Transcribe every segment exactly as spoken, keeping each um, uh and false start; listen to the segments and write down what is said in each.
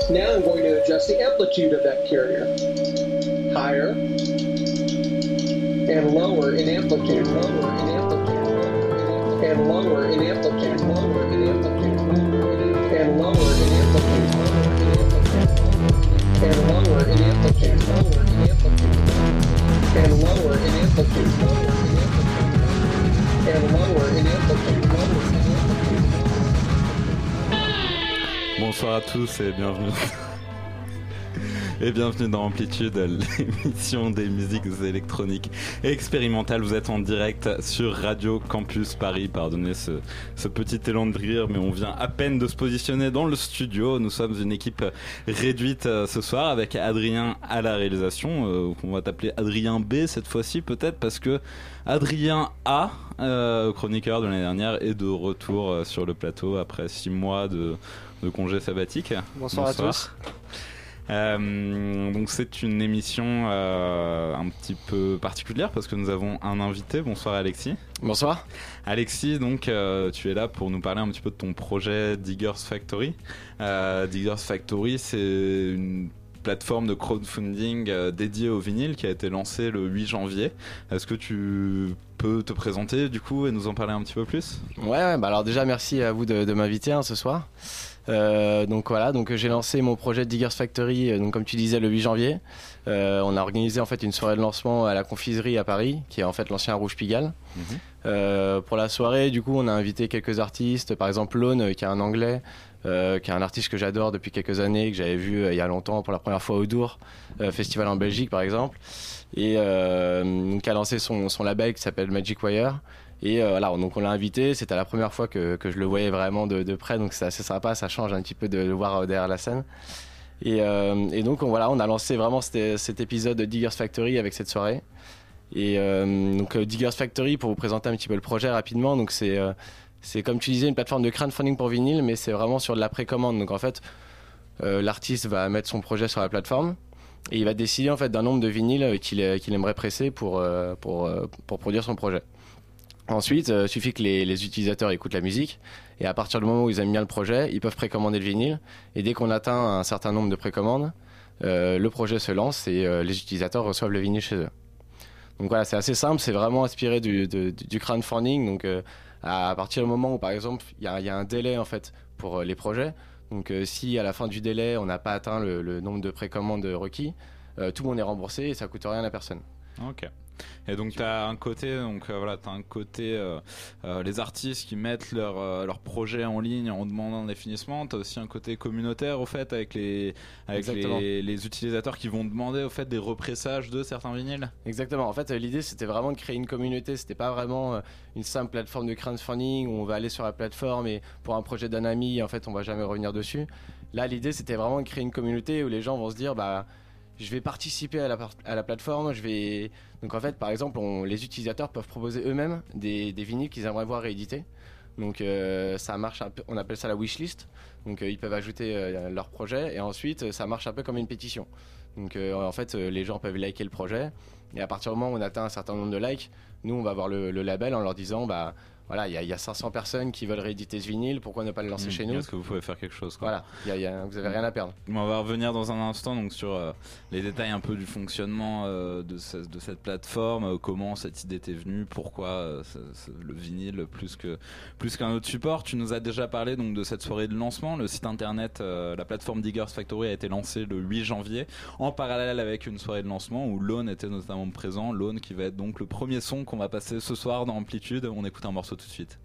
Now I'm going to adjust the amplitude of that carrier. Higher and lower in amplitude, lower in amplitude, and lower in amplitude, lower in amplitude, and lower in amplitude, and lower in amplitude, lower in amplitude, and lower in amplitude, lower in amplitude, and lower in amplitude, lower in amplitude. Bonsoir à tous et bienvenue. Et bienvenue dans Amplitude, l'émission des musiques électroniques et expérimentales. Vous êtes en direct sur Radio Campus Paris. Pardonnez ce, ce petit élan de rire, mais on vient à peine de se positionner dans le studio. Nous sommes une équipe réduite ce soir avec Adrien à la réalisation. Euh, on va t'appeler Adrien B cette fois-ci peut-être parce que Adrien A, euh, chroniqueur de l'année dernière, est de retour sur le plateau après six mois de, de congé sabbatique. Bonsoir, Bonsoir à tous. Euh, donc c'est une émission euh, un petit peu particulière parce que nous avons un invité. Bonsoir Alexis. Bonsoir. Alexis, donc euh, tu es là pour nous parler un petit peu de ton projet Diggers Factory. Euh, Diggers Factory, c'est une plateforme de crowdfunding euh, dédiée au vinyle qui a été lancée le huit janvier. Est-ce que tu peux te présenter du coup et nous en parler un petit peu plus ? Ouais, ouais bah alors déjà merci à vous de, de m'inviter hein, ce soir. Euh, donc voilà, donc j'ai lancé mon projet Diggers Factory, donc comme tu disais le huit janvier. Euh, on a organisé en fait une soirée de lancement à la Confiserie à Paris, qui est en fait l'ancien Rouge Pigalle. Mmh. Euh, pour la soirée, du coup, on a invité quelques artistes, par exemple Lone, qui est un Anglais, euh, qui est un artiste que j'adore depuis quelques années, que j'avais vu euh, il y a longtemps pour la première fois au Dour, euh, festival en Belgique par exemple, et euh, qui a lancé son, son label qui s'appelle Magic Wire. Et euh, voilà, donc on l'a invité, c'était la première fois que, que je le voyais vraiment de, de près, donc c'est assez sympa, ça change un petit peu de le voir derrière la scène. Et, euh, et donc on, voilà, on a lancé vraiment cet, cet épisode de Diggers Factory avec cette soirée. Et euh, donc euh, Diggers Factory, pour vous présenter un petit peu le projet rapidement, donc c'est, euh, c'est comme tu disais une plateforme de crowdfunding pour vinyle, mais c'est vraiment sur de la précommande. Donc en fait, euh, l'artiste va mettre son projet sur la plateforme et il va décider en fait d'un nombre de vinyles qu'il, qu'il aimerait presser pour, euh, pour, euh, pour produire son projet. Ensuite, il euh, suffit que les, les utilisateurs écoutent la musique et à partir du moment où ils aiment bien le projet, ils peuvent précommander le vinyle et dès qu'on atteint un certain nombre de précommandes, euh, le projet se lance et euh, les utilisateurs reçoivent le vinyle chez eux. Donc voilà, c'est assez simple, c'est vraiment inspiré du, du, du crowdfunding. Donc euh, à partir du moment où par exemple il y, y a un délai en fait pour euh, les projets, donc euh, si à la fin du délai on n'a pas atteint le, le nombre de précommandes requis, euh, tout le monde est remboursé et ça coûte rien à personne. Ok. Et donc tu as un côté, donc euh, voilà, t'as un côté euh, euh, les artistes qui mettent leur euh, leur projet en ligne en demandant des financements. T'as aussi un côté communautaire au fait avec les avec les, les utilisateurs qui vont demander au fait des repressages de certains vinyles. Exactement. En fait, l'idée c'était vraiment de créer une communauté. C'était pas vraiment une simple plateforme de crowdfunding où on va aller sur la plateforme et pour un projet d'un ami, en fait, on va jamais revenir dessus. Là, l'idée c'était vraiment de créer une communauté où les gens vont se dire bah je vais participer à la, à la plateforme, je vais... Donc en fait, par exemple, on, les utilisateurs peuvent proposer eux-mêmes des, des vinyles qu'ils aimeraient voir réédités. Donc euh, ça marche un peu, on appelle ça la wishlist. Donc euh, ils peuvent ajouter euh, leur projet et ensuite ça marche un peu comme une pétition. Donc euh, en fait, euh, les gens peuvent liker le projet et à partir du moment où on atteint un certain nombre de likes, nous on va voir le, le label en leur disant bah voilà, il y, y a cinq cents personnes qui veulent rééditer ce vinyle, pourquoi ne pas le lancer mmh, chez nous ? Est-ce que vous pouvez faire quelque chose quoi. Voilà, y a, y a, vous avez rien à perdre. On va revenir dans un instant donc sur euh, les détails un peu du fonctionnement euh, de, ce, de cette plateforme, euh, comment cette idée t'est venue, pourquoi euh, c'est, c'est le vinyle plus que plus qu'un autre support. Tu nous as déjà parlé donc de cette soirée de lancement. Le site internet, euh, la plateforme Diggers Factory a été lancée le huit janvier en parallèle avec une soirée de lancement où Lone était notamment présent. Lone qui va être donc le premier son qu'on va passer ce soir dans Amplitude. On écoute un morceau tout de suite.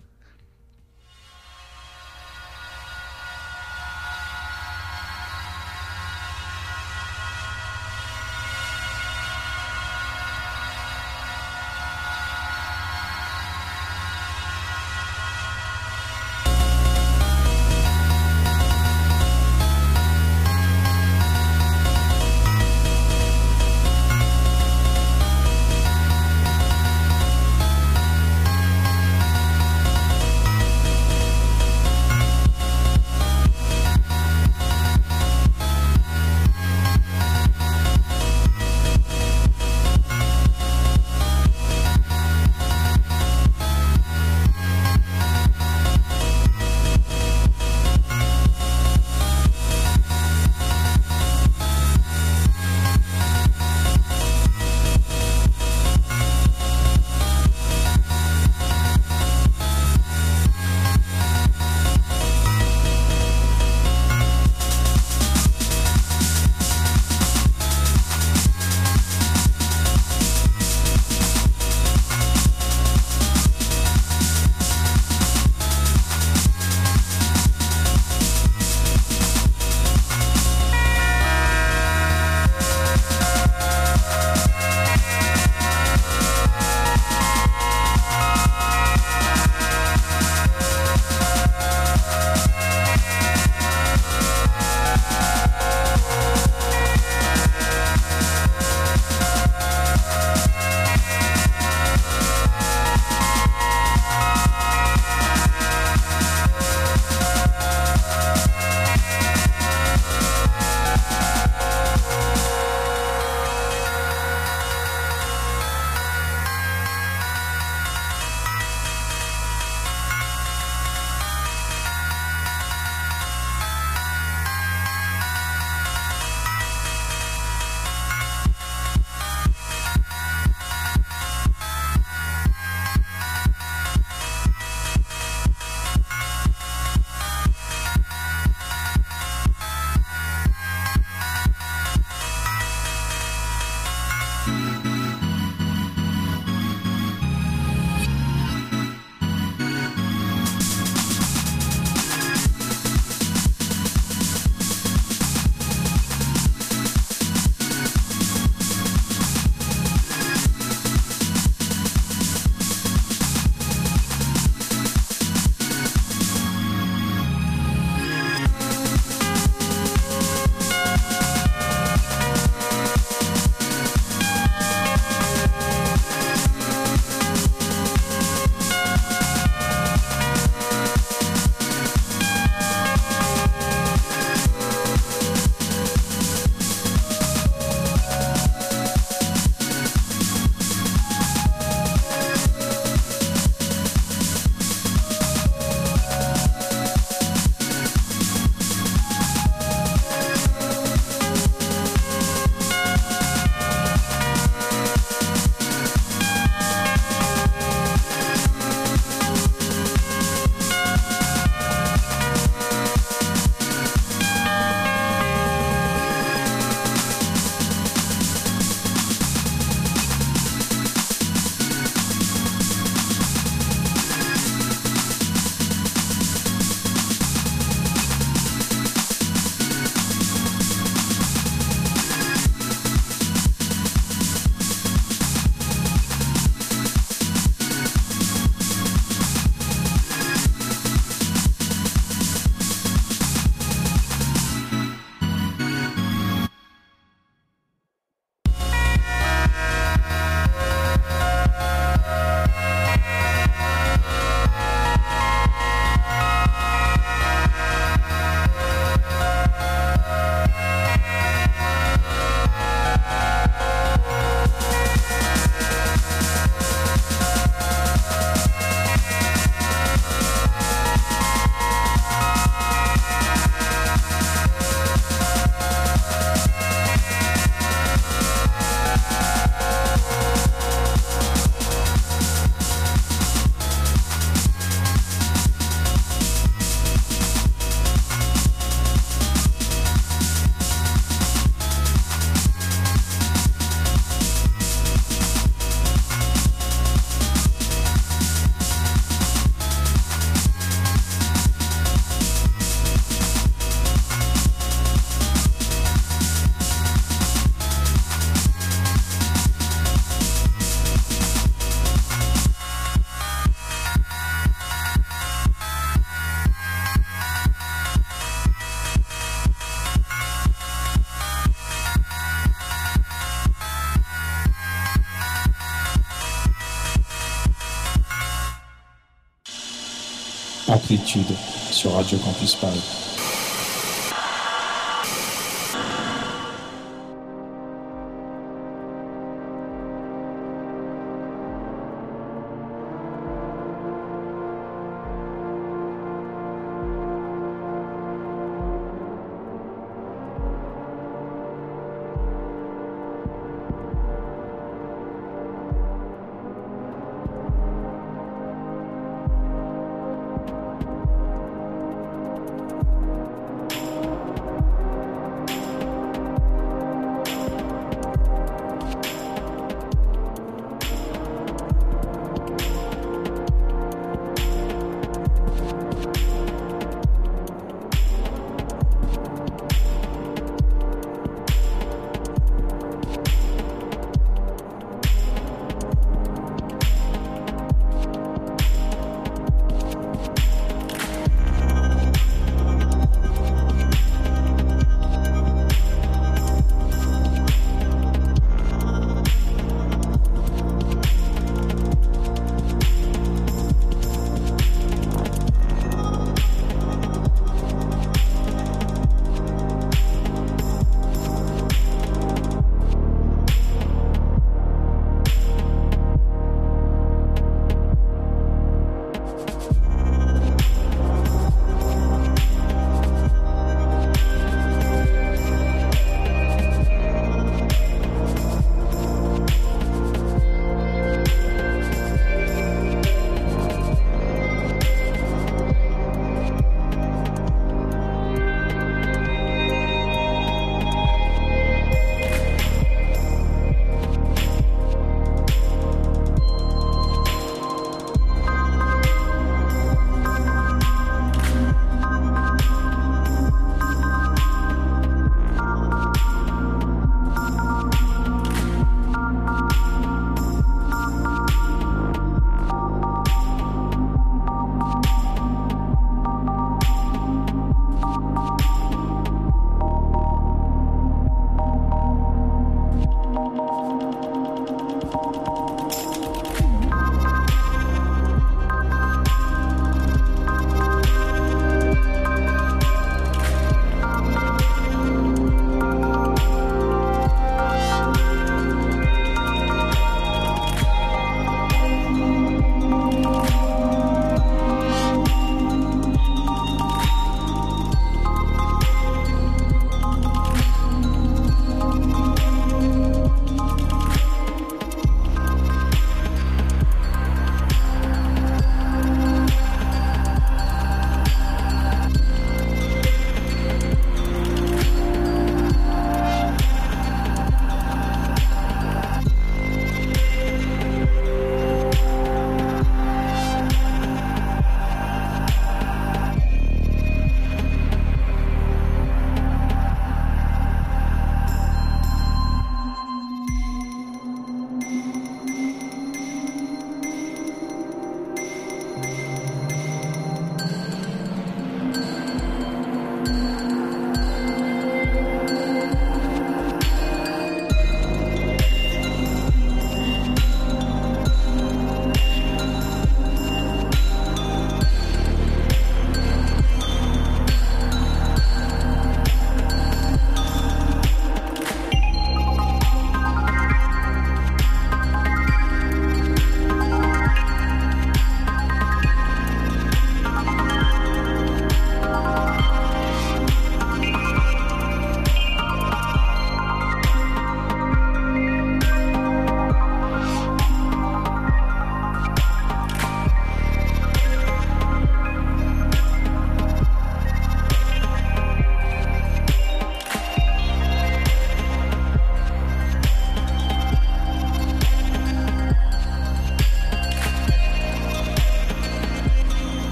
Amplitude sur Radio Campus Paris.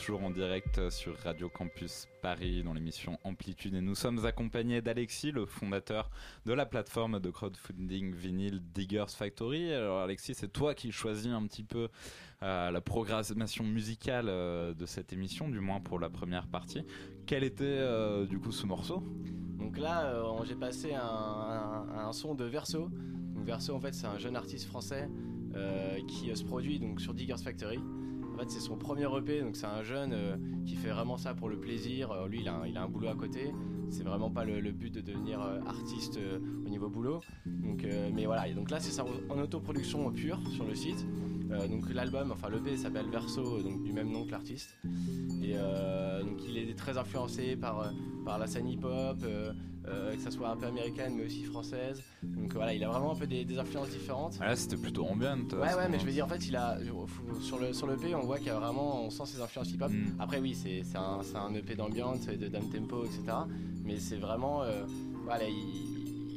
toujours en direct sur Radio Campus Paris dans l'émission Amplitude et nous sommes accompagnés d'Alexis, le fondateur de la plateforme de crowdfunding vinyle Diggers Factory. Alors Alexis, c'est toi qui choisis un petit peu euh, la programmation musicale euh, de cette émission, du moins pour la première partie. Quel était euh, du coup ce morceau ? Donc là, euh, j'ai passé un, un, un son de Verso. Donc Verso, en fait, c'est un jeune artiste français euh, qui euh, se produit donc sur Diggers Factory. En fait, c'est son premier E P, donc c'est un jeune euh, qui fait vraiment ça pour le plaisir. Euh, lui, il a, un, il a un boulot à côté. C'est vraiment pas le, le but de devenir euh, artiste euh, au niveau boulot. Donc, euh, mais voilà, et donc là, c'est ça en autoproduction pure sur le site. Euh, donc l'album, enfin l'E P s'appelle Verso, donc du même nom que l'artiste. Et euh, donc il est très influencé par, par la scène hip-hop, euh, euh, que ça soit un peu américaine mais aussi française. Donc voilà, il a vraiment un peu des, des influences différentes. Ah là, c'était plutôt ambient. Ouais, ouais, mais je veux dire, en fait, il a sur le sur l'E P, on voit qu'il y a vraiment, on sent ses influences hip-hop. Mm. Après, oui, c'est c'est un c'est un E P d'ambiance, de down tempo, et cetera. Mais c'est vraiment, euh, voilà, il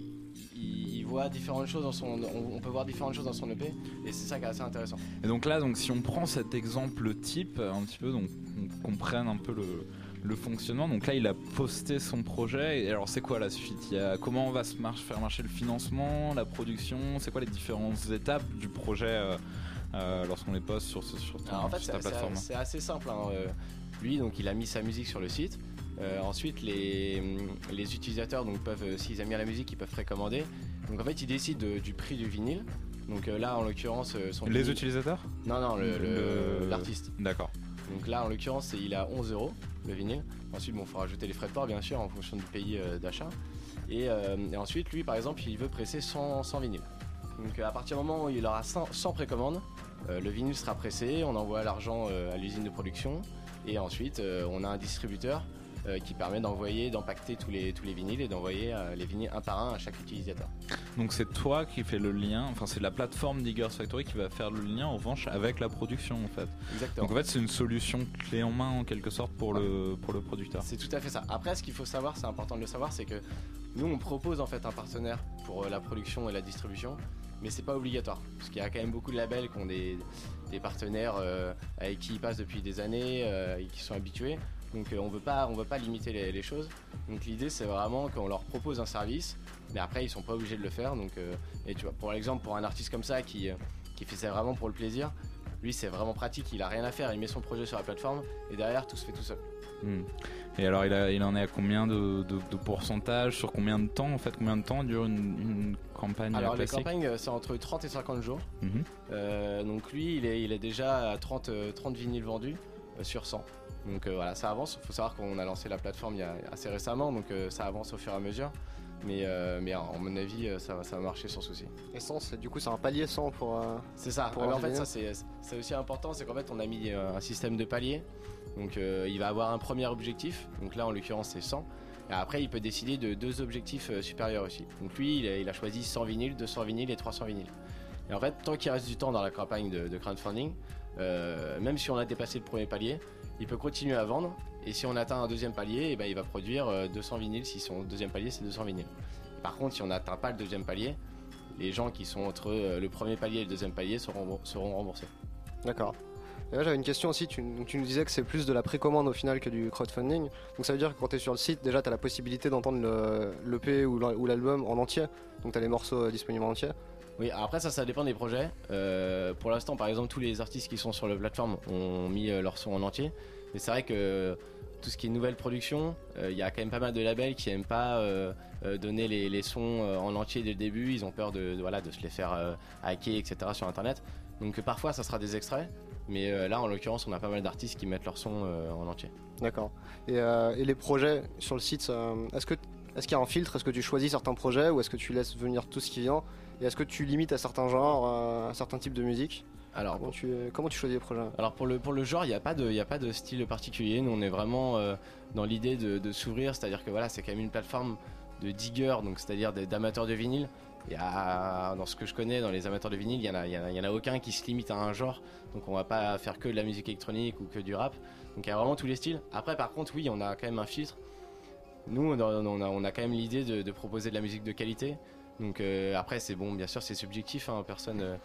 il voit différentes choses dans son, on peut voir différentes choses dans son E P et c'est ça qui est assez intéressant. Et donc là, donc si on prend cet exemple type un petit peu, donc on comprenne un peu le, le fonctionnement. Donc là, il a posté son projet. Et alors, c'est quoi la suite ? Il y a, comment on va se marche, faire marcher le financement, la production ? C'est quoi les différentes étapes du projet euh, euh, lorsqu'on les poste sur, ce, sur, ton, alors, en fait, sur ta c'est, plateforme ? C'est, c'est assez simple. Hein. Euh, lui, donc, il a mis sa musique sur le site. Euh, ensuite, les, les utilisateurs donc, peuvent, euh, s'ils aiment bien la musique, ils peuvent précommander. Donc en fait, ils décident de, du prix du vinyle. Donc euh, là, en l'occurrence, euh, son les vinyle... utilisateurs ? Non, non, le, le, le... l'artiste. D'accord. Donc là, en l'occurrence, il a onze euros le vinyle. Ensuite, bon, il faut rajouter les frais de port, bien sûr, en fonction du pays euh, d'achat. Et, euh, et ensuite, lui, par exemple, il veut presser cent, cent vinyles. Donc à partir du moment où il aura cent, cent précommandes, euh, le vinyle sera pressé, on envoie l'argent euh, à l'usine de production. Et ensuite, euh, on a un distributeur Euh, qui permet d'envoyer, d'empacter tous les, tous les vinyles et d'envoyer euh, les vinyles un par un à chaque utilisateur. Donc c'est toi qui fais le lien, enfin c'est la plateforme Diggers Factory qui va faire le lien en revanche avec la production en fait. Exactement. Donc en fait c'est une solution clé en main en quelque sorte pour, ah. le, pour le producteur. C'est tout à fait ça. Après ce qu'il faut savoir, c'est important de le savoir, c'est que nous on propose en fait un partenaire pour euh, la production et la distribution, mais c'est pas obligatoire. Parce qu'il y a quand même beaucoup de labels qui ont des, des partenaires euh, avec qui ils passent depuis des années euh, et qui sont habitués. Donc euh, on veut pas, on veut pas limiter les, les choses. Donc l'idée c'est vraiment qu'on leur propose un service, mais après ils sont pas obligés de le faire. Donc euh, et tu vois, pour l'exemple, pour un artiste comme ça qui qui fait ça vraiment pour le plaisir, lui c'est vraiment pratique. Il a rien à faire, il met son projet sur la plateforme et derrière tout se fait tout seul. Mmh. Et alors il, a, il en est à combien de, de, de pourcentage, sur combien de temps en fait, combien de temps dure une, une campagne Alors classique ? les campagnes c'est entre trente et cinquante jours. Mmh. Euh, donc lui il est, il est déjà à trente, trente vinyles vendus euh, sur cent. Donc euh, voilà, ça avance. Il faut savoir qu'on a lancé la plateforme il y a assez récemment, donc euh, ça avance au fur et à mesure. Mais, euh, mais à mon avis, ça, ça va marcher sans souci. Et cent, c'est, du coup, c'est un palier cent pour. Euh, c'est ça. Pour mais en fait, ça c'est, c'est aussi important, c'est qu'en fait, on a mis un système de paliers. Donc euh, il va avoir un premier objectif. Donc là, en l'occurrence, c'est cent. Et après, il peut décider de deux objectifs euh, supérieurs aussi. Donc lui, il a, il a choisi cent vinyles, deux cents vinyles et trois cents vinyles. Et en fait, tant qu'il reste du temps dans la campagne de, de crowdfunding, euh, même si on a dépassé le premier palier, il peut continuer à vendre. Et si on atteint un deuxième palier, et ben, il va produire euh, deux cents vinyles. Si son deuxième palier, c'est deux cents vinyles. Et par contre, si on n'atteint pas le deuxième palier, les gens qui sont entre euh, le premier palier et le deuxième palier seront, seront remboursés. D'accord. Et là, j'avais une question aussi. Tu, tu nous disais que c'est plus de la précommande au final que du crowdfunding. Donc ça veut dire que quand tu es sur le site, déjà, tu as la possibilité d'entendre le, l'E P ou l'album en entier. Donc tu as les morceaux disponibles en entier. Oui, après ça, ça dépend des projets. Euh, pour l'instant, par exemple, tous les artistes qui sont sur la plateforme ont mis leur son en entier. Mais c'est vrai que tout ce qui est nouvelle production, il euh, y a quand même pas mal de labels qui aiment pas euh, euh, donner les, les sons euh, en entier dès le début. Ils ont peur de, de, voilà, de se les faire euh, hacker, et cetera sur Internet. Donc euh, parfois, ça sera des extraits. Mais euh, là, en l'occurrence, on a pas mal d'artistes qui mettent leur son euh, en entier. D'accord. Et, euh, et les projets sur le site, euh, est-ce que Est-ce qu'il y a un filtre ? Est-ce que tu choisis certains projets ou est-ce que tu laisses venir tout ce qui vient ? Et est-ce que tu limites à certains genres, à certains types de musique ? Alors, comment, tu, comment tu choisis les projets ? Alors pour le, pour le genre, il n'y a, a pas de style particulier. Nous, on est vraiment euh, dans l'idée de, de s'ouvrir, c'est-à-dire que voilà, c'est quand même une plateforme de diggers, donc c'est-à-dire d'amateurs de vinyle. Il y a, dans ce que je connais, dans les amateurs de vinyle, il n'y en, en, en a aucun qui se limite à un genre. Donc on va pas faire que de la musique électronique ou que du rap. Donc il y a vraiment tous les styles. Après, par contre, oui, on a quand même un filtre. Nous, on a, on a quand même l'idée de, de proposer de la musique de qualité. Donc euh, après, c'est bon, bien sûr, c'est subjectif. Hein, personne, euh,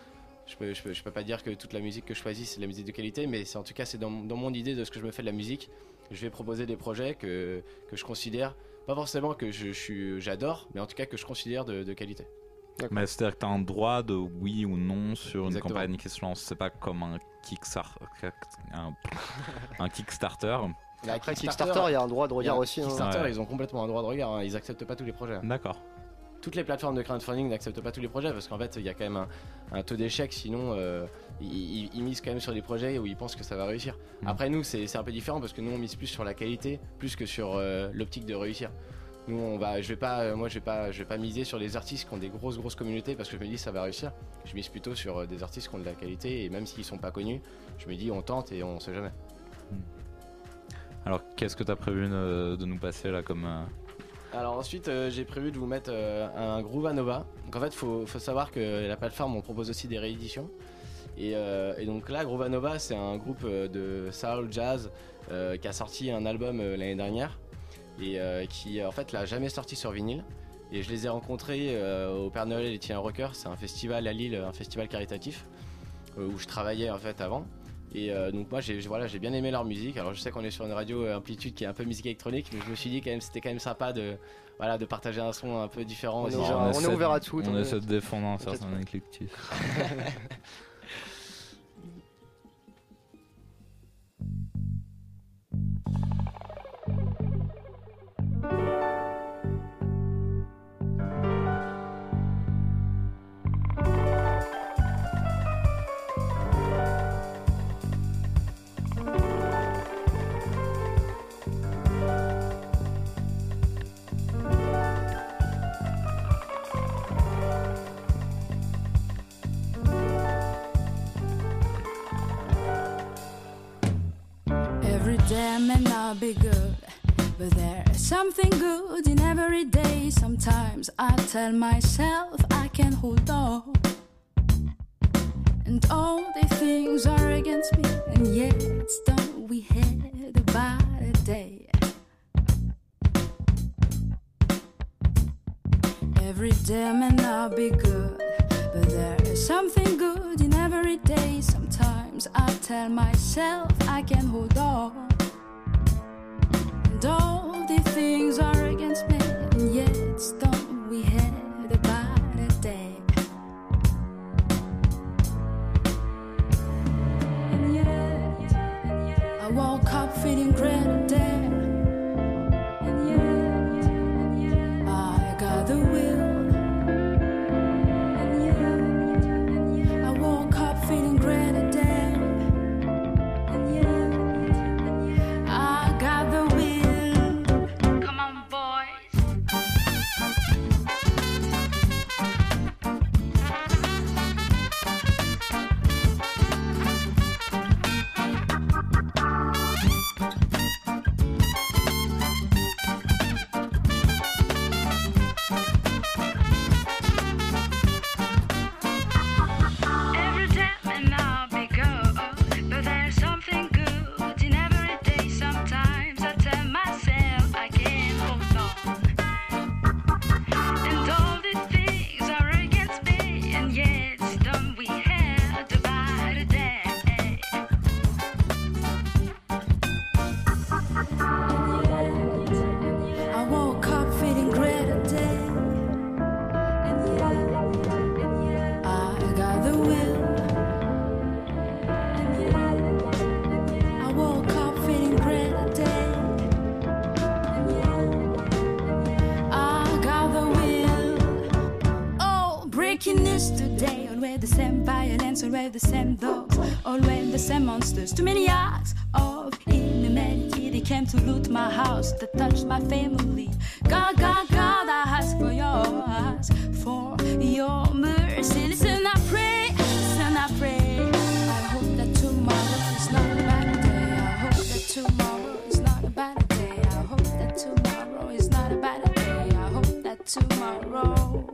Je peux, je, peux, je peux pas dire que toute la musique que je choisis c'est de la musique de qualité, mais c'est, en tout cas c'est dans, dans mon idée de ce que je me fais de la musique. Je vais proposer des projets que, que je considère, pas forcément que je, je suis, j'adore, mais en tout cas que je considère de, de qualité. Mais c'est-à-dire que tu as un droit de oui ou non sur Exactement. une campagne qui se lance. C'est pas comme un Kickstarter. Un, un Kickstarter. Après Kickstarter, il y a un droit de regard a, aussi. Kickstarter, hein. ils ont complètement un droit de regard. Hein. Ils acceptent pas tous les projets. D'accord. Toutes les plateformes de crowdfunding n'acceptent pas tous les projets parce qu'en fait, il y a quand même un, un taux d'échec. Sinon, euh, ils, ils misent quand même sur des projets où ils pensent que ça va réussir. Mmh. Après, nous, c'est, c'est un peu différent parce que nous, on mise plus sur la qualité, plus que sur euh, l'optique de réussir. Nous, on va, je vais pas, moi, je vais pas, je vais pas miser sur les artistes qui ont des grosses, grosses communautés parce que je me dis ça va réussir. Je mise plutôt sur des artistes qui ont de la qualité et même s'ils sont pas connus, je me dis on tente et on sait jamais. Mmh. Alors, qu'est-ce que tu as prévu de, de nous passer là comme euh... Alors ensuite, euh, j'ai prévu de vous mettre euh, un Groove Nova. Donc en fait, il faut, faut savoir que la plateforme, on propose aussi des rééditions. Et, euh, et donc là, Groove Nova, c'est un groupe de soul jazz euh, qui a sorti un album euh, l'année dernière et euh, qui en fait l'a jamais sorti sur vinyle. Et je les ai rencontrés euh, au Père Noël et les Teen Rockers. C'est un festival à Lille, un festival caritatif euh, où je travaillais en fait avant. Et euh, donc moi j'ai, voilà, j'ai bien aimé leur musique. Alors je sais qu'on est sur une radio Amplitude qui est un peu musique électronique, mais je me suis dit quand même c'était quand même sympa de, voilà, de partager un son un peu différent. On, aussi. est, on, on est ouvert à tout. On essaie de défendre un certain éclectisme. Day may not be good, but there's something good in every day. Sometimes I tell myself I can hold on, and all the things are against me, and yet don't we had a bad day. Every day may not be good, but there is something good in every day. Sometimes I tell myself I can hold on, and all the things are against me, and yet don't we had a bad day. And yet I woke up feeling great today, and yet I got the will. Feeling great today, and yeah, I got the will. Come on, boys. Always the same dogs, always the same monsters. Too many acts of inhumanity. They came to loot my house, they touched my family. God, God, God, I ask for yours, for your mercy. Listen, I pray, listen, I pray. I hope that tomorrow is not a bad day. I hope that tomorrow is not a bad day. I hope that tomorrow is not a bad day. I hope that tomorrow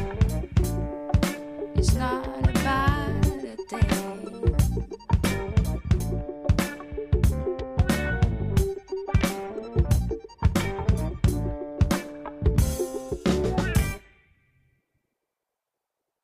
is not a bad day. Certains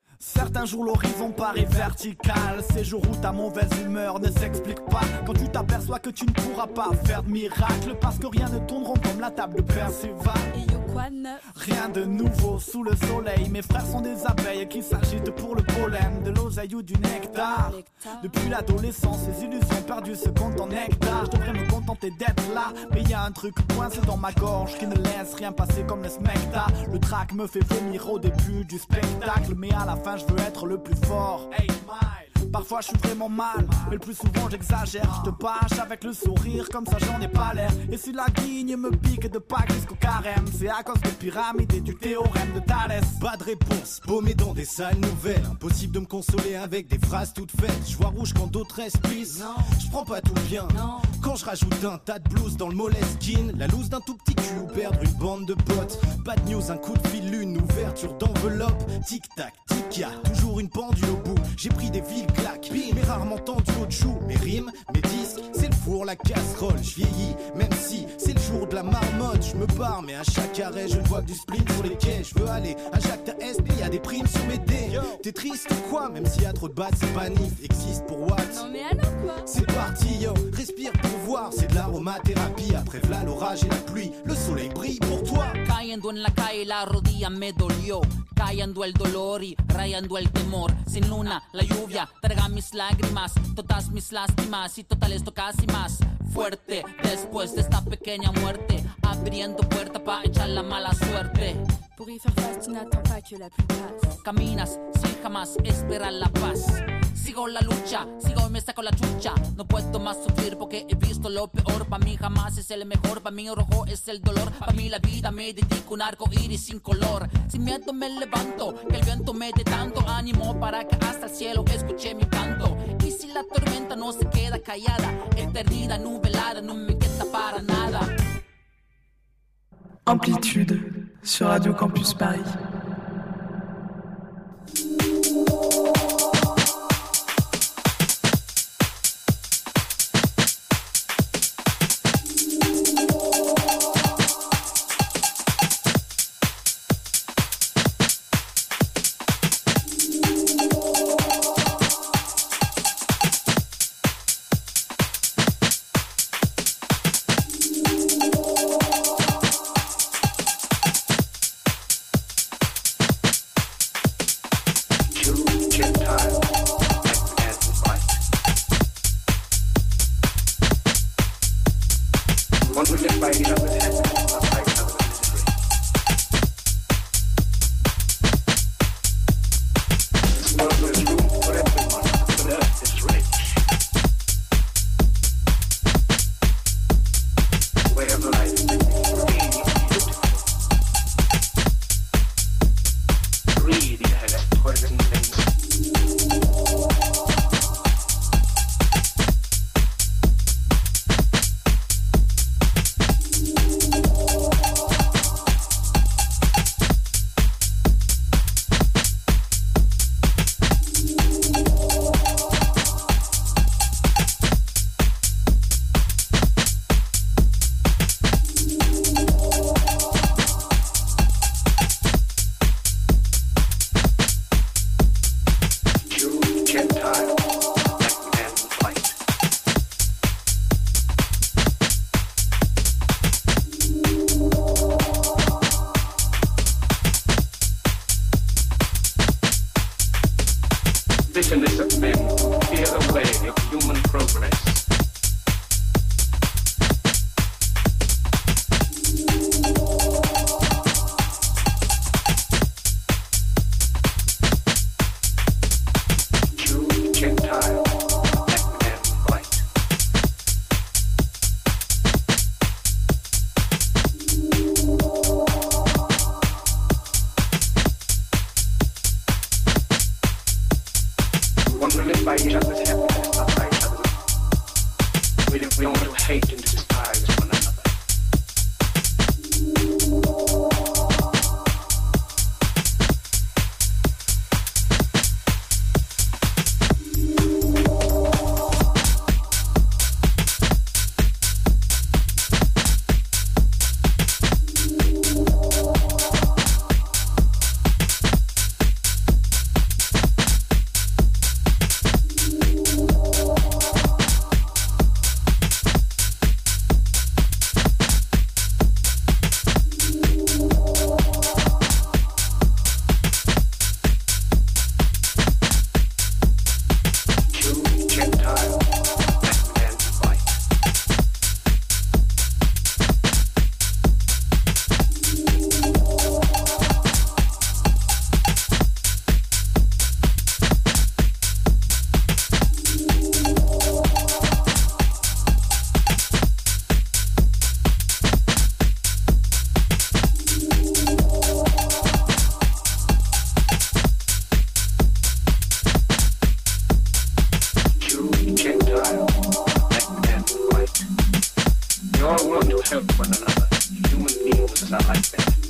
Certains jours l'horizon paraît vertical. Ces jours où ta mauvaise humeur ne s'explique pas, quand tu t'aperçois que tu ne pourras pas faire de miracle, parce que rien ne tourne rond comme la table de Perceval. Et yo quoi neuf? Rien de nouveau sous le soleil. Mes frères sont des abeilles qui s'agitent pour le pollen, de l'oseille ou du nectar. Depuis l'adolescence, les illusions perdues se comptent en nectar. Je devrais me contenter d'être là, mais y a un truc coincé dans ma gorge qui ne laisse rien passer comme le smecta. Le track me fait vomir au début du spectacle, mais à la fin je veux être le plus fort. Hey, Mile. Parfois je suis vraiment mal, mais le plus souvent j'exagère. Je te pâche avec le sourire, comme ça j'en ai pas l'air. Et si la guigne me pique de Pâques jusqu'au carême, c'est à cause des pyramides et du théorème de Thalès. Pas de réponse, paumé dans des salles nouvelles. Impossible de me consoler avec des phrases toutes faites. Je vois rouge quand d'autres espèces. Je prends pas tout bien. Non. Quand je rajoute un tas de blues dans le Moleskine, la loose d'un tout petit cul ou perdre une bande de potes. Pas de news, un coup de fil, une ouverture d'enveloppe. Tic tac, tic ya, toujours une pendule au bout. J'ai pris des villes claques, mais rarement tendu au chou. Mes rimes, mes disques, c'est le four, la casserole. Je vieillis, même si c'est le jour de la marmotte. Je me barre, mais à chaque arrêt, je ne vois que du sprint sur les quais. Je veux aller à Jacques ta S P, y'a des primes sur mes dés. T'es triste ou quoi? Même s'il y a trop de battes, c'est pas nif. Existe pour what? Non mais alors quoi? C'est parti, yo, respire pour voir. C'est de l'aromathérapie, après v'là l'orage et la pluie. Le soleil brille pour toi. Cayendo en la calle la rodilla me dolió, cayendo el dolor y rayando el temor. Sin luna, la lluvia traga mis lágrimas, todas mis lástimas y total esto casi más fuerte. Después de esta pequeña muerte, abriendo puerta pa' echar la mala suerte. Pour y faire face, tu n'attends pas que la pluie passe. Caminas sin jamás esperar la paz. Sigo la lucha, sigo y me saco la chucha. No puedo más sufrir porque he visto lo peor. Pa' mí jamás es el mejor, pa' mí rojo es el dolor. Pa' mí la vida me dedico un arco iris sin color. Sin miedo me levanto, que el viento me dé tanto ánimo para que hasta el cielo escuche mi canto. Y si la tormenta no se queda callada, eternidad nublada no me queda para nada. Amplitude sur Radio Campus Paris. Visionless of men who fear the way of human progress.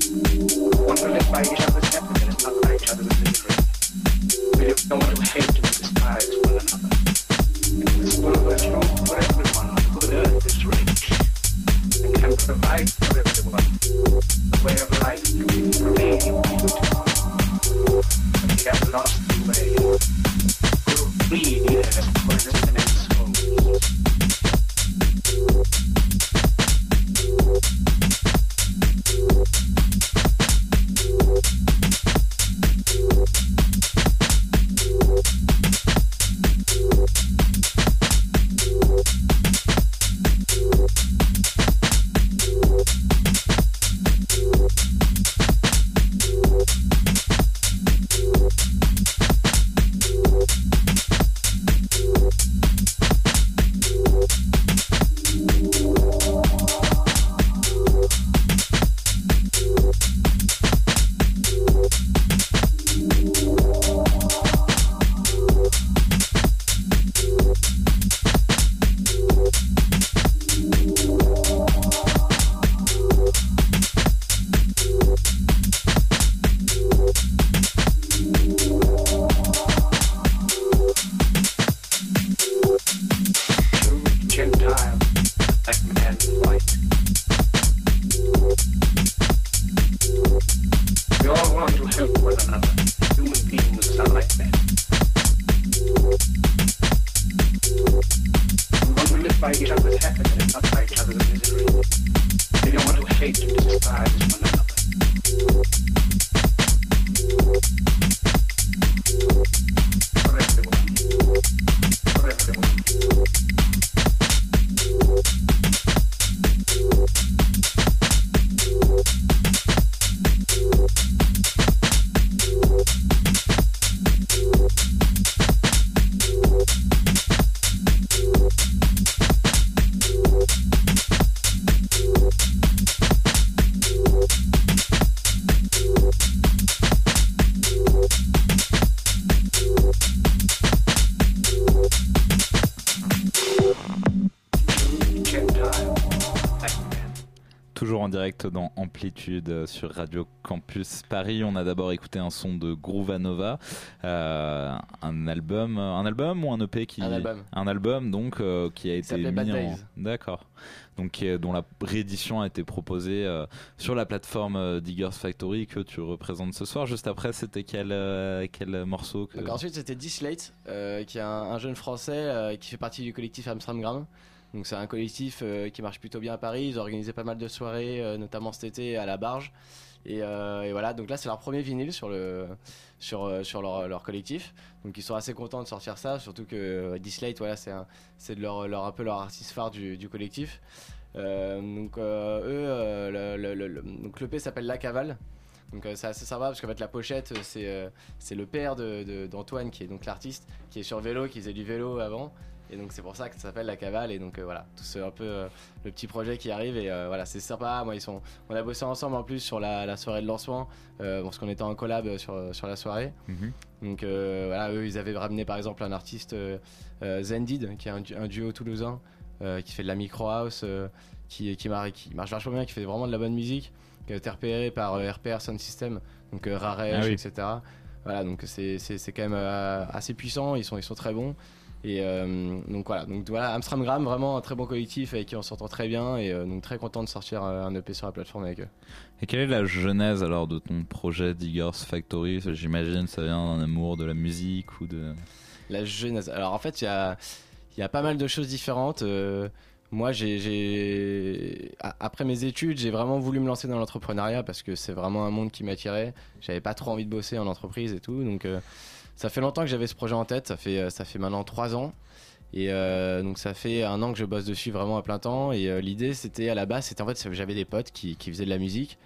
Want to live by each other's happiness, not by each other's misery. We don't want to hate and despise one another. In this world there's room for everyone. The good earth is rich and can provide for everyone. The way of life can be free and beautiful. But we have lost the way. We'll bleed years for infinite souls. Toujours en direct dans Amplitude sur Radio Campus Paris. On a d'abord écouté un son de Groovanova, euh, un album, un album ou un E P qui, un album, un album donc euh, qui a il été mis Bad en, Days. D'accord. Donc euh, dont la réédition a été proposée euh, sur la plateforme euh, Diggers Factory que tu représentes ce soir. Juste après, c'était quel euh, quel morceau que... Donc ensuite, c'était D-Slate, euh, qui est un, un jeune français euh, qui fait partie du collectif Amstramgram. Donc c'est un collectif euh, qui marche plutôt bien à Paris. Ils ont organisé pas mal de soirées, euh, notamment cet été à la Barge. Et, euh, et voilà, donc là c'est leur premier vinyle sur, le, sur, euh, sur leur, leur collectif. Donc ils sont assez contents de sortir ça, surtout que euh, D-Slate, voilà, c'est, un, c'est de leur, leur, un peu leur artiste phare du, du collectif. Euh, donc euh, eux, euh, le, le, le, donc l'E P s'appelle La Cavale. Donc euh, c'est assez sympa parce qu'en fait la pochette c'est, euh, c'est le père de, de, d'Antoine qui est donc l'artiste, qui est sur vélo, qui faisait du vélo avant. Et donc c'est pour ça que ça s'appelle La Cavale. Et donc euh, voilà, tout c'est un peu euh, le petit projet qui arrive. Et euh, voilà, c'est sympa. Moi, ils sont, on a bossé ensemble en plus sur la, la soirée de lancement, euh, parce qu'on était en collab sur, sur la soirée. Mm-hmm. Donc euh, voilà, eux ils avaient ramené par exemple un artiste euh, euh, Zendid, qui est un, un duo toulousain, euh, qui fait de la micro house, euh, qui, qui, marche, qui marche vachement bien, qui fait vraiment de la bonne musique, qui a été repéré par euh, R P R Sound System, donc euh, Raresh, ah oui. et cetera. Voilà, donc c'est, c'est, c'est quand même euh, assez puissant. Ils sont, ils sont très bons. Et euh, donc voilà, donc voilà, Amstramgram, vraiment un très bon collectif avec qui on s'entend très bien et euh, donc très content de sortir euh, un E P sur la plateforme avec eux. Et quelle est la genèse alors de ton projet Diggers Factory ? J'imagine ça vient d'un amour de la musique ou de... La genèse, alors en fait il y a, y a pas mal de choses différentes. Euh, moi j'ai, j'ai... après mes études j'ai vraiment voulu me lancer dans l'entrepreneuriat parce que c'est vraiment un monde qui m'attirait. J'avais pas trop envie de bosser en entreprise et tout, donc... Euh, ça fait longtemps que j'avais ce projet en tête, ça fait, ça fait maintenant trois ans. Et euh, donc ça fait un an que je bosse dessus vraiment à plein temps. Et euh, l'idée c'était à la base, c'était en fait j'avais des potes qui, qui faisaient de la musique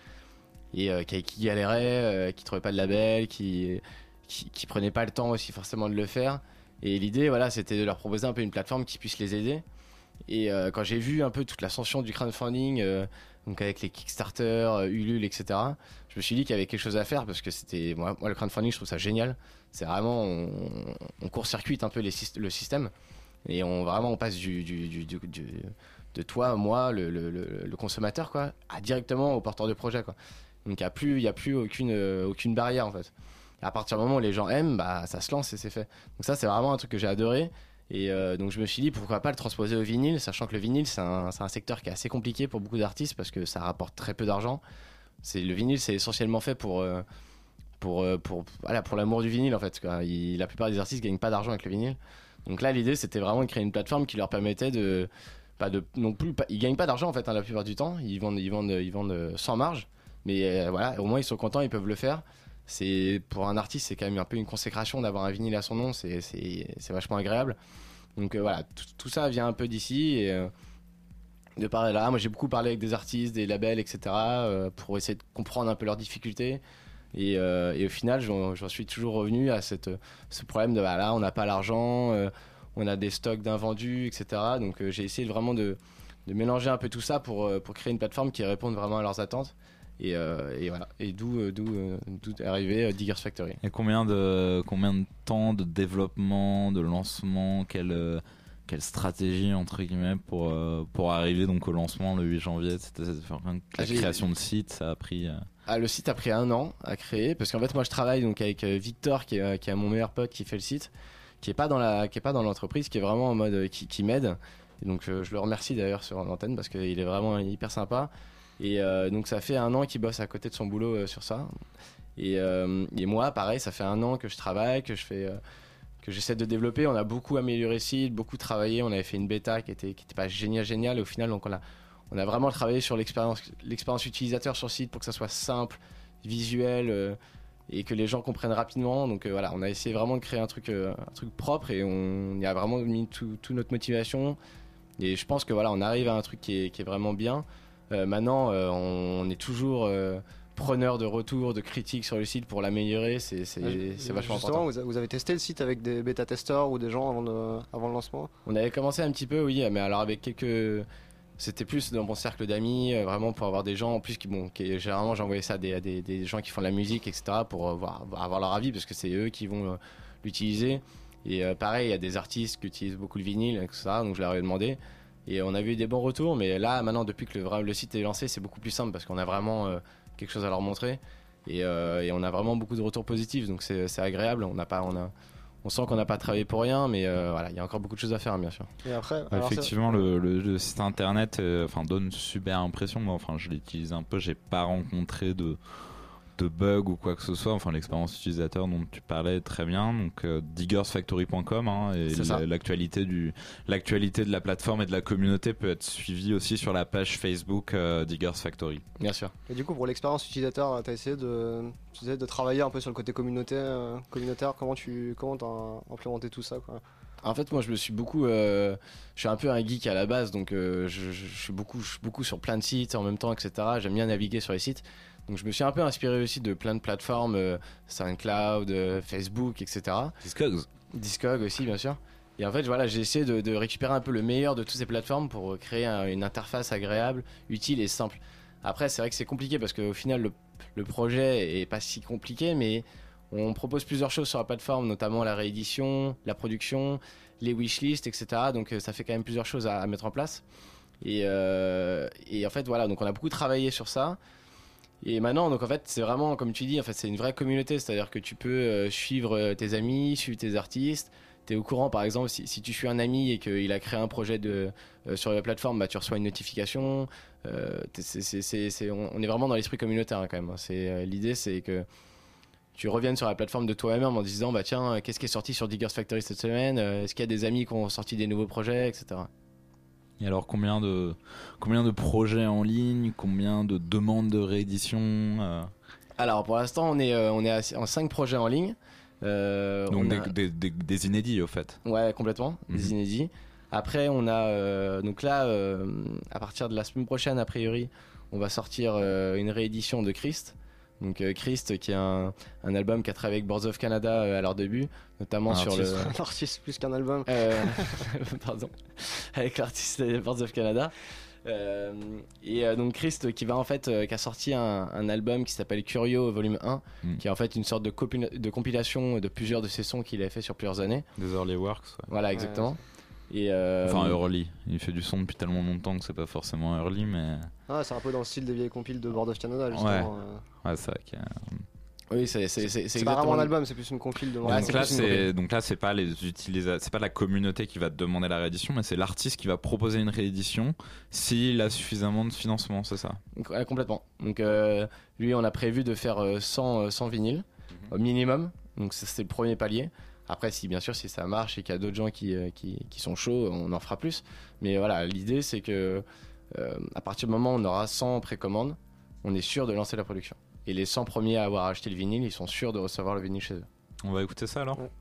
et euh, qui, qui galéraient, euh, qui trouvaient pas de label, qui, qui, qui prenaient pas le temps aussi forcément de le faire. Et l'idée voilà, c'était de leur proposer un peu une plateforme qui puisse les aider. Et euh, quand j'ai vu un peu toute l'ascension du crowdfunding, euh, donc avec les Kickstarter, euh, Ulule, et cetera, je me suis dit qu'il y avait quelque chose à faire parce que c'était moi, moi le crowdfunding je trouve ça génial. C'est vraiment on, on court-circuite un peu les, le système et on vraiment on passe du, du, du, du, du de toi, moi, le, le, le, le consommateur quoi, à directement au porteur de projet quoi. Donc il n'y a plus, il y a plus aucune, euh, aucune barrière en fait. Et à partir du moment où les gens aiment, bah, ça se lance et c'est fait. Donc ça, c'est vraiment un truc que j'ai adoré. Et euh, donc je me suis dit pourquoi pas le transposer au vinyle, sachant que le vinyle c'est un, c'est un secteur qui est assez compliqué pour beaucoup d'artistes parce que ça rapporte très peu d'argent. C'est, le vinyle c'est essentiellement fait pour, euh, pour, euh, pour, voilà, pour l'amour du vinyle en fait, quoi. Il, la plupart des artistes gagnent pas d'argent avec le vinyle. Donc là l'idée c'était vraiment de créer une plateforme qui leur permettait de... Pas de non plus, pas, ils gagnent pas d'argent en fait hein, la plupart du temps, ils vendent, ils vendent, ils vendent sans marge. Mais euh, voilà, au moins ils sont contents, ils peuvent le faire. C'est, pour un artiste, c'est quand même un peu une consécration d'avoir un vinyle à son nom, c'est, c'est, c'est vachement agréable. Donc euh, voilà, tout, tout ça vient un peu d'ici. Et euh, de par là, moi j'ai beaucoup parlé avec des artistes, des labels, et cetera, euh, pour essayer de comprendre un peu leurs difficultés. Et, euh, et au final, j'en, j'en suis toujours revenu à cette, ce problème de bah, là, on n'a pas l'argent, euh, on a des stocks d'invendus, et cetera. Donc euh, j'ai essayé vraiment de, de mélanger un peu tout ça pour, euh, pour créer une plateforme qui réponde vraiment à leurs attentes. Et, euh, et voilà, et d'où, d'où, d'où est arrivé euh, Diggers Factory. Et combien de, combien de temps de développement, de lancement, quelle, euh, quelle stratégie entre guillemets pour, euh, pour arriver donc au lancement le huit janvier? C'était la ah, création de site, ça a pris. Euh... Ah, le site a pris un an à créer parce qu'en fait moi je travaille donc avec Victor qui est, qui est mon meilleur pote qui fait le site, qui est pas dans la, qui est pas dans l'entreprise, qui est vraiment en mode qui, qui m'aide. Et donc je, je le remercie d'ailleurs sur l'antenne parce qu'il est vraiment hyper sympa. Et euh, donc ça fait un an qu'il bosse à côté de son boulot euh, sur ça. Et, euh, et moi, pareil, ça fait un an que je travaille, que je fais, euh, que j'essaie de développer. On a beaucoup amélioré le site, beaucoup travaillé. On avait fait une bêta qui était, qui était pas génial, génial. Et au final, donc on a, on a vraiment travaillé sur l'expérience, l'expérience utilisateur sur le site pour que ça soit simple, visuel euh, et que les gens comprennent rapidement. Donc euh, voilà, on a essayé vraiment de créer un truc, euh, un truc propre et on y a vraiment mis toute tout notre motivation. Et je pense que voilà, on arrive à un truc qui est, qui est vraiment bien. Euh, maintenant, euh, on est toujours euh, preneur de retours, de critiques sur le site pour l'améliorer. C'est, c'est, ouais, c'est vachement justement, important. Vous avez testé le site avec des bêta-testeurs ou des gens avant, de, avant le lancement? On avait commencé un petit peu, oui, mais alors avec quelques... C'était plus dans mon cercle d'amis, euh, vraiment pour avoir des gens, en plus, qui, bon, qui, généralement j'envoyais ça à des, à des, des gens qui font de la musique, et cetera, pour euh, voir, avoir leur avis, parce que c'est eux qui vont euh, l'utiliser. Et euh, pareil, il y a des artistes qui utilisent beaucoup le vinyle, et cetera, donc je leur ai demandé. Et on avait eu des bons retours, mais là, maintenant, depuis que le, le site est lancé, c'est beaucoup plus simple parce qu'on a vraiment euh, quelque chose à leur montrer. Et, euh, et on a vraiment beaucoup de retours positifs, donc c'est, c'est agréable. On, n'a pas, on, a, on sent qu'on n'a pas travaillé pour rien, mais euh, voilà, il y a encore beaucoup de choses à faire, bien sûr. Et après, effectivement, le, le, le site internet euh, enfin, donne une super impression. Moi, enfin, je l'utilise un peu, j'ai pas rencontré de. de bugs ou quoi que ce soit, enfin l'expérience utilisateur dont tu parlais est très bien, donc euh, diggers factory point com hein, et l'actualité du l'actualité de la plateforme et de la communauté peut être suivie aussi sur la page Facebook euh, Diggers Factory. Bien sûr. Et du coup pour l'expérience utilisateur, tu as essayé de tu essayé de travailler un peu sur le côté communautaire, euh, communautaire, comment tu comment t'as implémenté tout ça quoi? En fait, moi, je me suis beaucoup. Euh, je suis un peu un geek à la base, donc euh, je, je, je, suis beaucoup, je suis beaucoup sur plein de sites en même temps, et cetera. J'aime bien naviguer sur les sites. Donc, je me suis un peu inspiré aussi de plein de plateformes, euh, SoundCloud, euh, Facebook, et cetera. Discogs. Discog aussi, bien sûr. Et en fait, voilà, j'ai essayé de, de récupérer un peu le meilleur de toutes ces plateformes pour créer un, une interface agréable, utile et simple. Après, c'est vrai que c'est compliqué parce qu'au final, le, le projet est pas si compliqué, mais on propose plusieurs choses sur la plateforme, notamment la réédition, la production, les wishlists, et cetera. Donc ça fait quand même plusieurs choses à, à mettre en place. Et, euh, et en fait, voilà, donc on a beaucoup travaillé sur ça. Et maintenant, donc en fait, c'est vraiment, comme tu dis, en fait, c'est une vraie communauté. C'est-à-dire que tu peux euh, suivre tes amis, suivre tes artistes. Tu es au courant, par exemple, si, si tu suis un ami et qu'il a créé un projet de, euh, sur la plateforme, bah, tu reçois une notification. Euh, c'est, c'est, c'est, c'est, on, on est vraiment dans l'esprit communautaire hein, quand même. C'est, euh, l'idée, c'est que tu reviennes sur la plateforme de toi-même en disant bah tiens, qu'est-ce qui est sorti sur Diggers Factory cette semaine, est-ce qu'il y a des amis qui ont sorti des nouveaux projets, et cetera. Et alors combien de combien de projets en ligne, combien de demandes de réédition euh... Alors pour l'instant on est euh, on est en cinq projets en ligne. Euh, Donc des, a... des, des, des inédits au fait. Ouais, complètement, mm-hmm. Des inédits. Après on a euh, donc là euh, à partir de la semaine prochaine a priori on va sortir euh, une réédition de Christ. Donc euh, Christ qui est un, un album qui a travaillé avec Boards of Canada euh, à leur début, notamment un sur artiste, le... Un artiste plus qu'un album. Euh, pardon. Avec l'artiste des Boards of Canada. Euh, et euh, donc Christ qui va en fait euh, qui a sorti un, un album qui s'appelle Curio volume un, mm. qui est en fait une sorte de, copi- de compilation de plusieurs de ses sons qu'il a fait sur plusieurs années. Des early works. Ouais. Voilà, exactement. Et euh, Enfin, early. Il fait du son depuis tellement longtemps que c'est pas forcément early, mais. Ah, c'est un peu dans le style des vieilles compiles de Board of Canada, justement. Ouais, euh. ouais c'est vrai qu'il y a. Oui, c'est c'est c'est C'est pas vraiment un album, c'est plus une compile de. Donc, Ouais, donc, là, plus une c'est, compile. donc là, c'est pas les utilisateurs, c'est pas la communauté qui va te demander la réédition, mais c'est l'artiste qui va proposer une réédition s'il a suffisamment de financement, c'est ça? Donc, ouais, complètement. Donc euh, lui, on a prévu de faire euh, cent, euh, cent vinyles au minimum. Donc ça, c'est le premier palier. Après, si bien sûr, si ça marche et qu'il y a d'autres gens qui, euh, qui, qui sont chauds, on en fera plus. Mais voilà, l'idée, c'est que euh, à partir du moment où on aura cent précommandes, on est sûr de lancer la production. Et les cent premiers à avoir acheté le vinyle, ils sont sûrs de recevoir le vinyle chez eux. On va écouter ça alors. Ouais.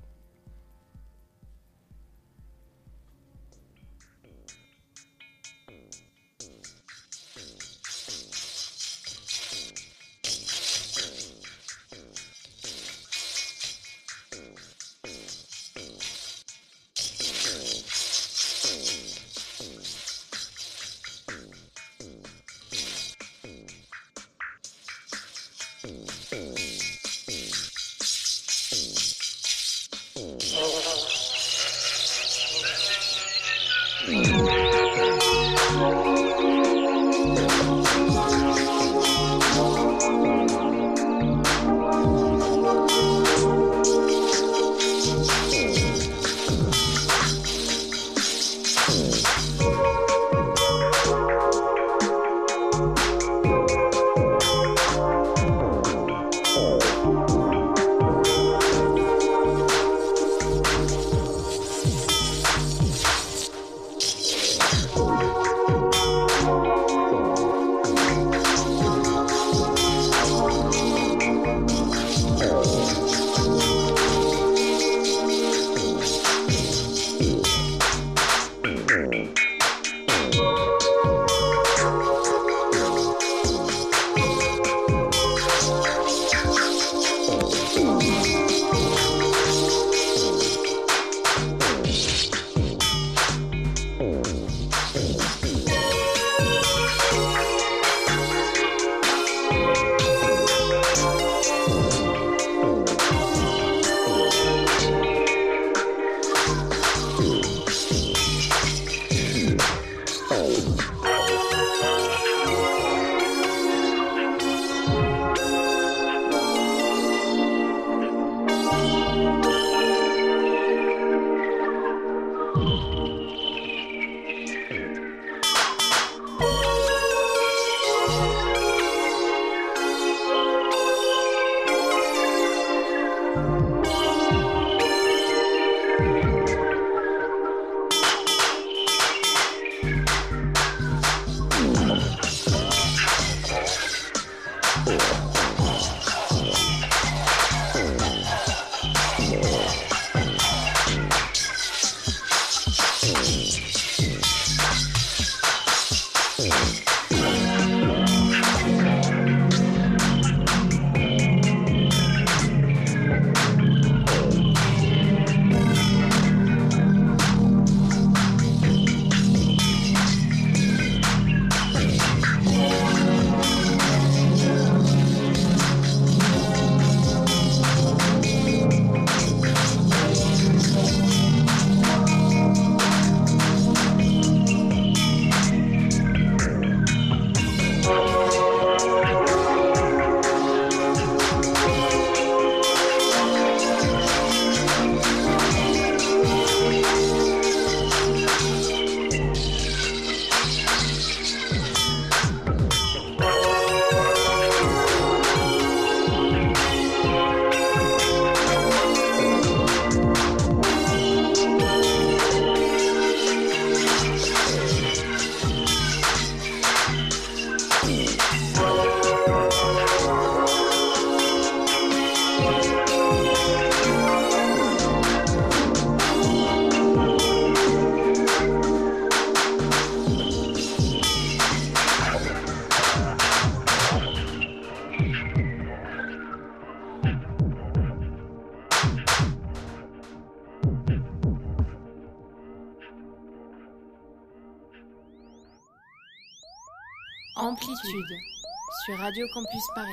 Amplitude sur Radio Campus Paris.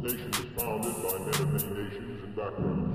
nation was founded by men of many nations and backgrounds.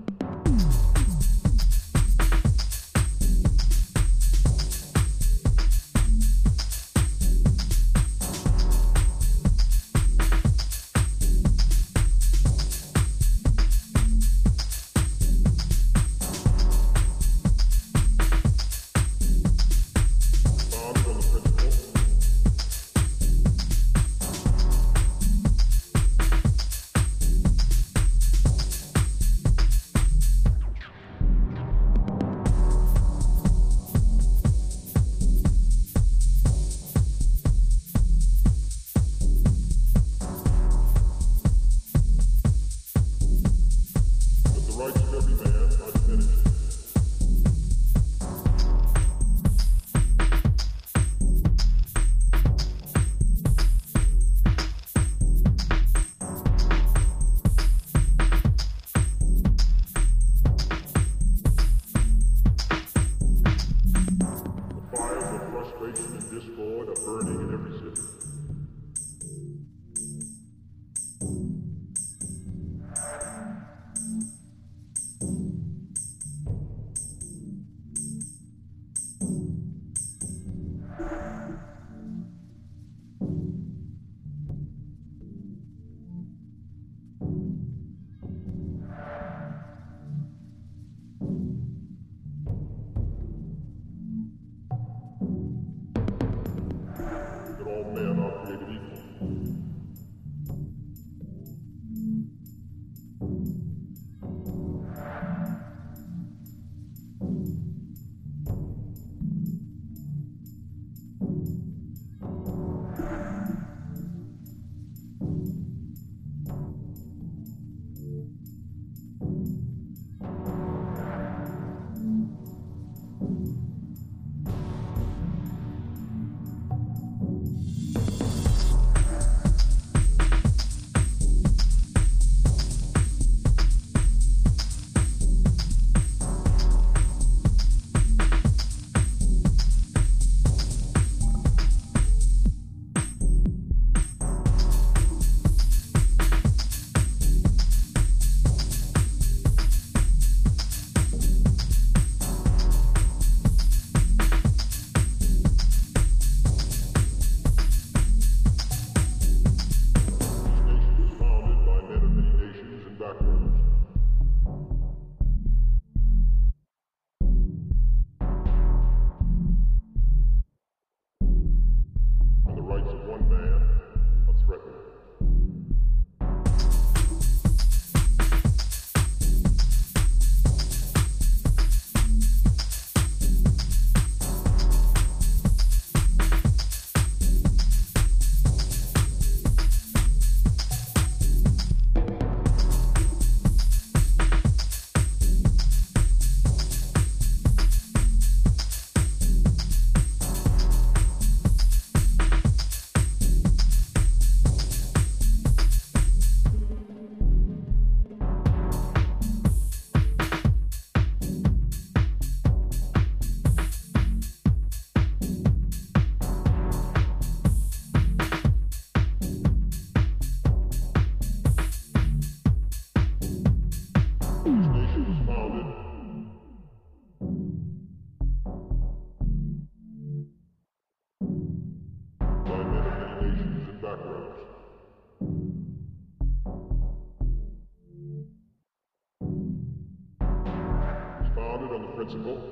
Principle.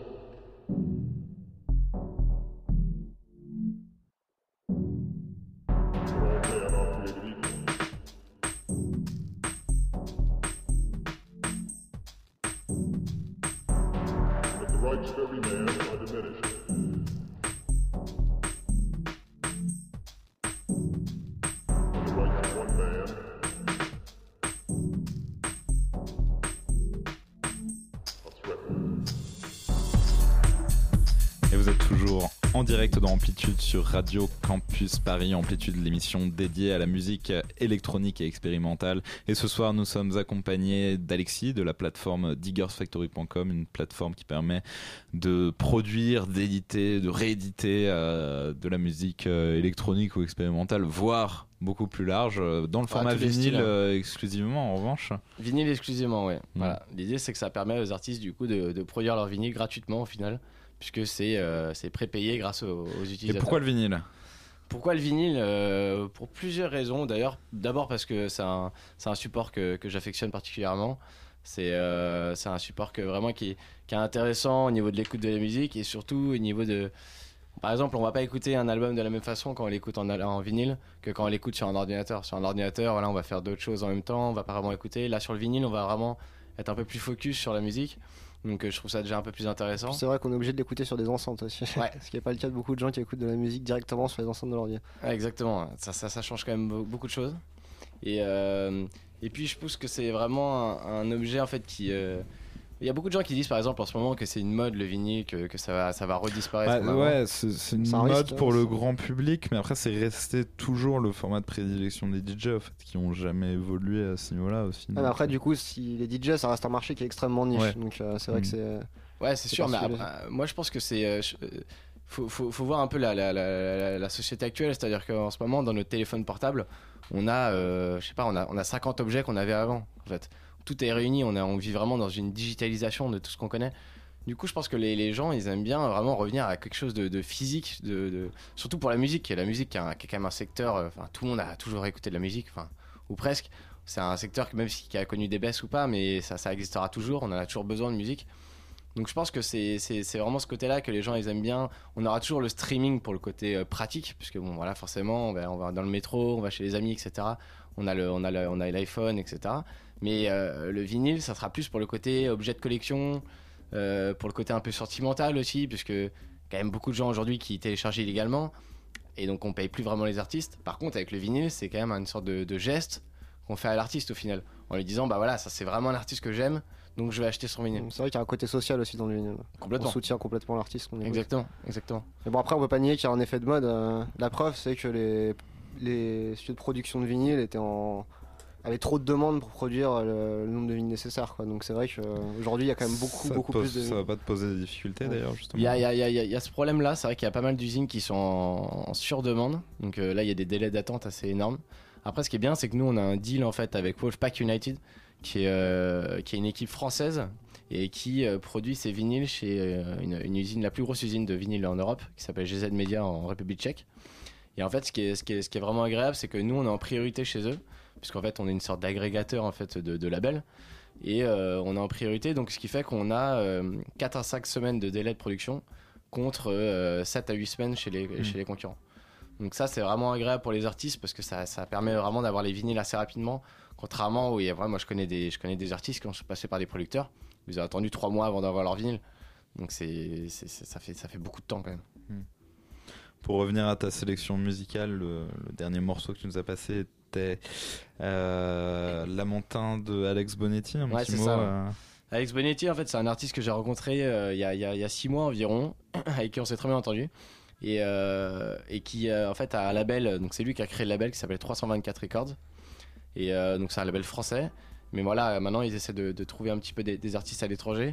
That all men are created equal. That the rights of every man are diminished. And the rights of one man Et vous êtes toujours En direct dans Amplitude sur Radio Campus Paris. Amplitude, l'émission dédiée à la musique électronique et expérimentale. Et ce soir, nous sommes accompagnés d'Alexis de la plateforme diggers factory point com, une plateforme qui permet de produire, d'éditer, de rééditer euh, de la musique euh, électronique ou expérimentale, voire beaucoup plus large, dans le Ah, format tous les vinyle styles, hein. euh, exclusivement en revanche. Vinyle exclusivement, ouais. Voilà. L'idée, c'est que ça permet aux artistes du coup de, de produire leur vinyle gratuitement au final, puisque c'est euh, c'est prépayé grâce aux, aux utilisateurs. Et pourquoi le vinyle ? Pourquoi le vinyle euh, Pour plusieurs raisons. D'ailleurs, d'abord parce que c'est un, c'est un support que, que j'affectionne particulièrement. C'est euh, c'est un support que, vraiment qui, qui est intéressant au niveau de l'écoute de la musique et surtout au niveau de... Par exemple, on va pas écouter un album de la même façon quand on l'écoute en, en vinyle que quand on l'écoute sur un ordinateur. Sur un ordinateur, voilà, on va faire d'autres choses en même temps, on va pas vraiment écouter. Là, sur le vinyle, on va vraiment être un peu plus focus sur la musique. Donc euh, je trouve ça déjà un peu plus intéressant. C'est vrai qu'on est obligé de l'écouter sur des enceintes aussi. Ouais. Ce qui n'est pas le cas de beaucoup de gens qui écoutent de la musique directement sur les enceintes de l'ordi. Ouais, exactement, ça, ça, ça change quand même beaucoup de choses. Et, euh, et puis je pense que c'est vraiment un, un objet en fait qui... Euh, il y a beaucoup de gens qui disent par exemple en ce moment que c'est une mode le vinyle, que, que ça, va, ça va redisparaître. Bah, ouais, c'est, c'est une C'est un mode risque, pour hein, le c'est- grand public, mais après c'est resté toujours le format de prédilection des D J en fait, qui ont jamais évolué à ce niveau-là aussi. Ah, mais après, du coup, si les D J, ça reste un marché qui est extrêmement niche. Ouais. Donc euh, c'est vrai Mm. que c'est. Ouais, c'est c'est sûr, mais particulier. après, euh, moi je pense que c'est. euh, je- euh, faut, faut, faut voir un peu la, la, la, la, la société actuelle, c'est-à-dire qu'en ce moment, dans notre téléphone portable, on a, euh, je sais pas, on a, on a cinquante objets qu'on avait avant, en fait. Tout est réuni, on, a, on vit vraiment dans une digitalisation de tout ce qu'on connaît. Du coup, je pense que les, les gens, ils aiment bien vraiment revenir à quelque chose de, de physique, de, de, surtout pour la musique. Et la musique, qui est, un- qui est quand même un secteur, euh, enfin, tout le monde a toujours écouté de la musique, enfin, ou presque. C'est un secteur que même si, qui a connu des baisses ou pas, mais ça, ça existera toujours, on en a toujours besoin de musique. Donc je pense que c'est, c'est, c'est vraiment ce côté-là que les gens ils aiment bien. On aura toujours le streaming pour le côté euh, pratique, puisque bon voilà forcément on va, on va dans le métro, on va chez les amis, et cetera. On a le, on a le, on a l'iPhone, et cetera. Mais euh, le vinyle, ça sera plus pour le côté objet de collection, euh, pour le côté un peu sentimental aussi, puisque quand même beaucoup de gens aujourd'hui qui téléchargent illégalement, et donc on paye plus vraiment les artistes. Par contre avec le vinyle, c'est quand même une sorte de, de geste qu'on fait à l'artiste au final, en lui disant bah voilà ça c'est vraiment un artiste que j'aime. Donc je vais acheter son vinyle. C'est vrai qu'il y a un côté social aussi dans le vinyle. Complètement. On soutient complètement l'artiste qu'on écoute. Exactement, exactement. Mais bon, après, on peut pas nier qu'il y a un effet de mode. euh, La preuve, c'est que les, les studios de production de vinyle étaient en... avaient trop de demandes pour produire le, le nombre de vinyles nécessaires. Quoi. Donc c'est vrai qu'aujourd'hui, il y a quand même beaucoup, ça, beaucoup pose, plus de. ça va pas te poser des difficultés Ouais. d'ailleurs justement. Il y a, il y, a, il y, a, il y a ce problème-là, c'est vrai qu'il y a pas mal d'usines qui sont en, en surdemande. Donc euh, là, il y a des délais d'attente assez énormes. Après, ce qui est bien, c'est que nous, on a un deal en fait avec Wolfpack United, qui est, euh, qui est une équipe française et qui euh, produit ses vinyles chez euh, une, une usine, la plus grosse usine de vinyle en Europe, qui s'appelle G Z Media en République tchèque. Et en fait, ce qui est, ce qui est, ce qui est vraiment agréable, c'est que nous, on est en priorité chez eux, puisqu'en fait, on est une sorte d'agrégateur en fait de, de labels. Et euh, on est en priorité, donc ce qui fait qu'on a euh, quatre à cinq semaines de délai de production contre euh, sept à huit semaines chez les, Mmh. chez les concurrents. Donc ça, c'est vraiment agréable pour les artistes parce que ça, ça permet vraiment d'avoir les vinyles assez rapidement. Contrairement où il y a vraiment, moi je connais des, je connais des artistes qui ont passé par des producteurs, ils ont attendu trois mois avant d'avoir leur vinyle. Donc c'est, c'est, c'est- ça, fait, ça fait beaucoup de temps quand même. Pour revenir à ta sélection musicale, le, le dernier morceau que tu nous as passé était euh, Lamentin de Alex Bonetti. Un Ouais, petit c'est mot. ça, ouais. euh, Alex Bonetti, en fait, c'est un artiste que j'ai rencontré euh, il y, a, il y a- il y a six mois environ, avec qui on s'est très bien entendu. Et, euh, et qui, euh, en fait, a un label, donc c'est lui qui a créé le label qui s'appelle trois cent vingt-quatre Records. Et euh, donc c'est un label français. Mais voilà, maintenant ils essaient de, de trouver un petit peu des, des artistes à l'étranger.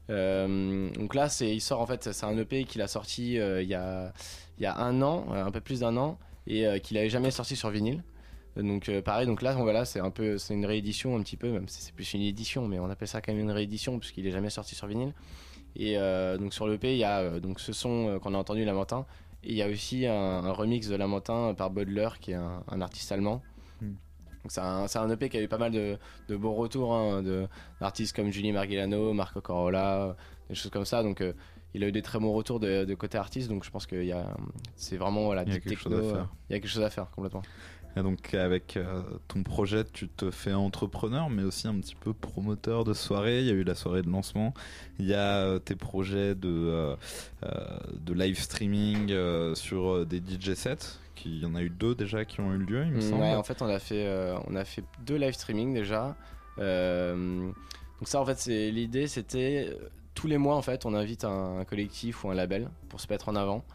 Euh, donc là, c'est, il sort en fait, c'est un E P qu'il a sorti euh, il, y a, il y a un an, euh, un peu plus d'un an, et euh, qu'il avait jamais sorti sur vinyle. Donc euh, pareil, donc là, voilà, c'est un peu, c'est une réédition un petit peu, même si c'est plus une édition, mais on appelle ça quand même une réédition puisqu'il est jamais sorti sur vinyle. Et euh, donc sur l'E P, il y a euh, donc ce son euh, qu'on a entendu, Lamentin, et il y a aussi un, un remix de Lamentin par Bödler, qui est un, un artiste allemand. Hmm. Donc c'est un, c'est un E P qui a eu pas mal de, de bons retours, hein, de, d'artistes comme Julie Marguilano, Marco Corolla, des choses comme ça. Donc euh, il a eu des très bons retours de, de côté artiste, donc je pense qu'il y a, c'est vraiment voilà, Il y a deep quelque techno, chose à faire. euh, il y a quelque chose à faire complètement. Et donc avec euh, ton projet, tu te fais entrepreneur, mais aussi un petit peu promoteur de soirée. Il y a eu la soirée de lancement. Il y a euh, tes projets de, euh, euh, de live streaming euh, sur euh, des D J sets. Qui, il y en a eu deux déjà qui ont eu lieu, il me Mm, semble. Ouais, en fait, on a fait, euh, on a fait deux live streaming déjà. Euh, donc ça, en fait, c'est l'idée, c'était euh, tous les mois, en fait, on invite un, un collectif ou un label pour se mettre en avant.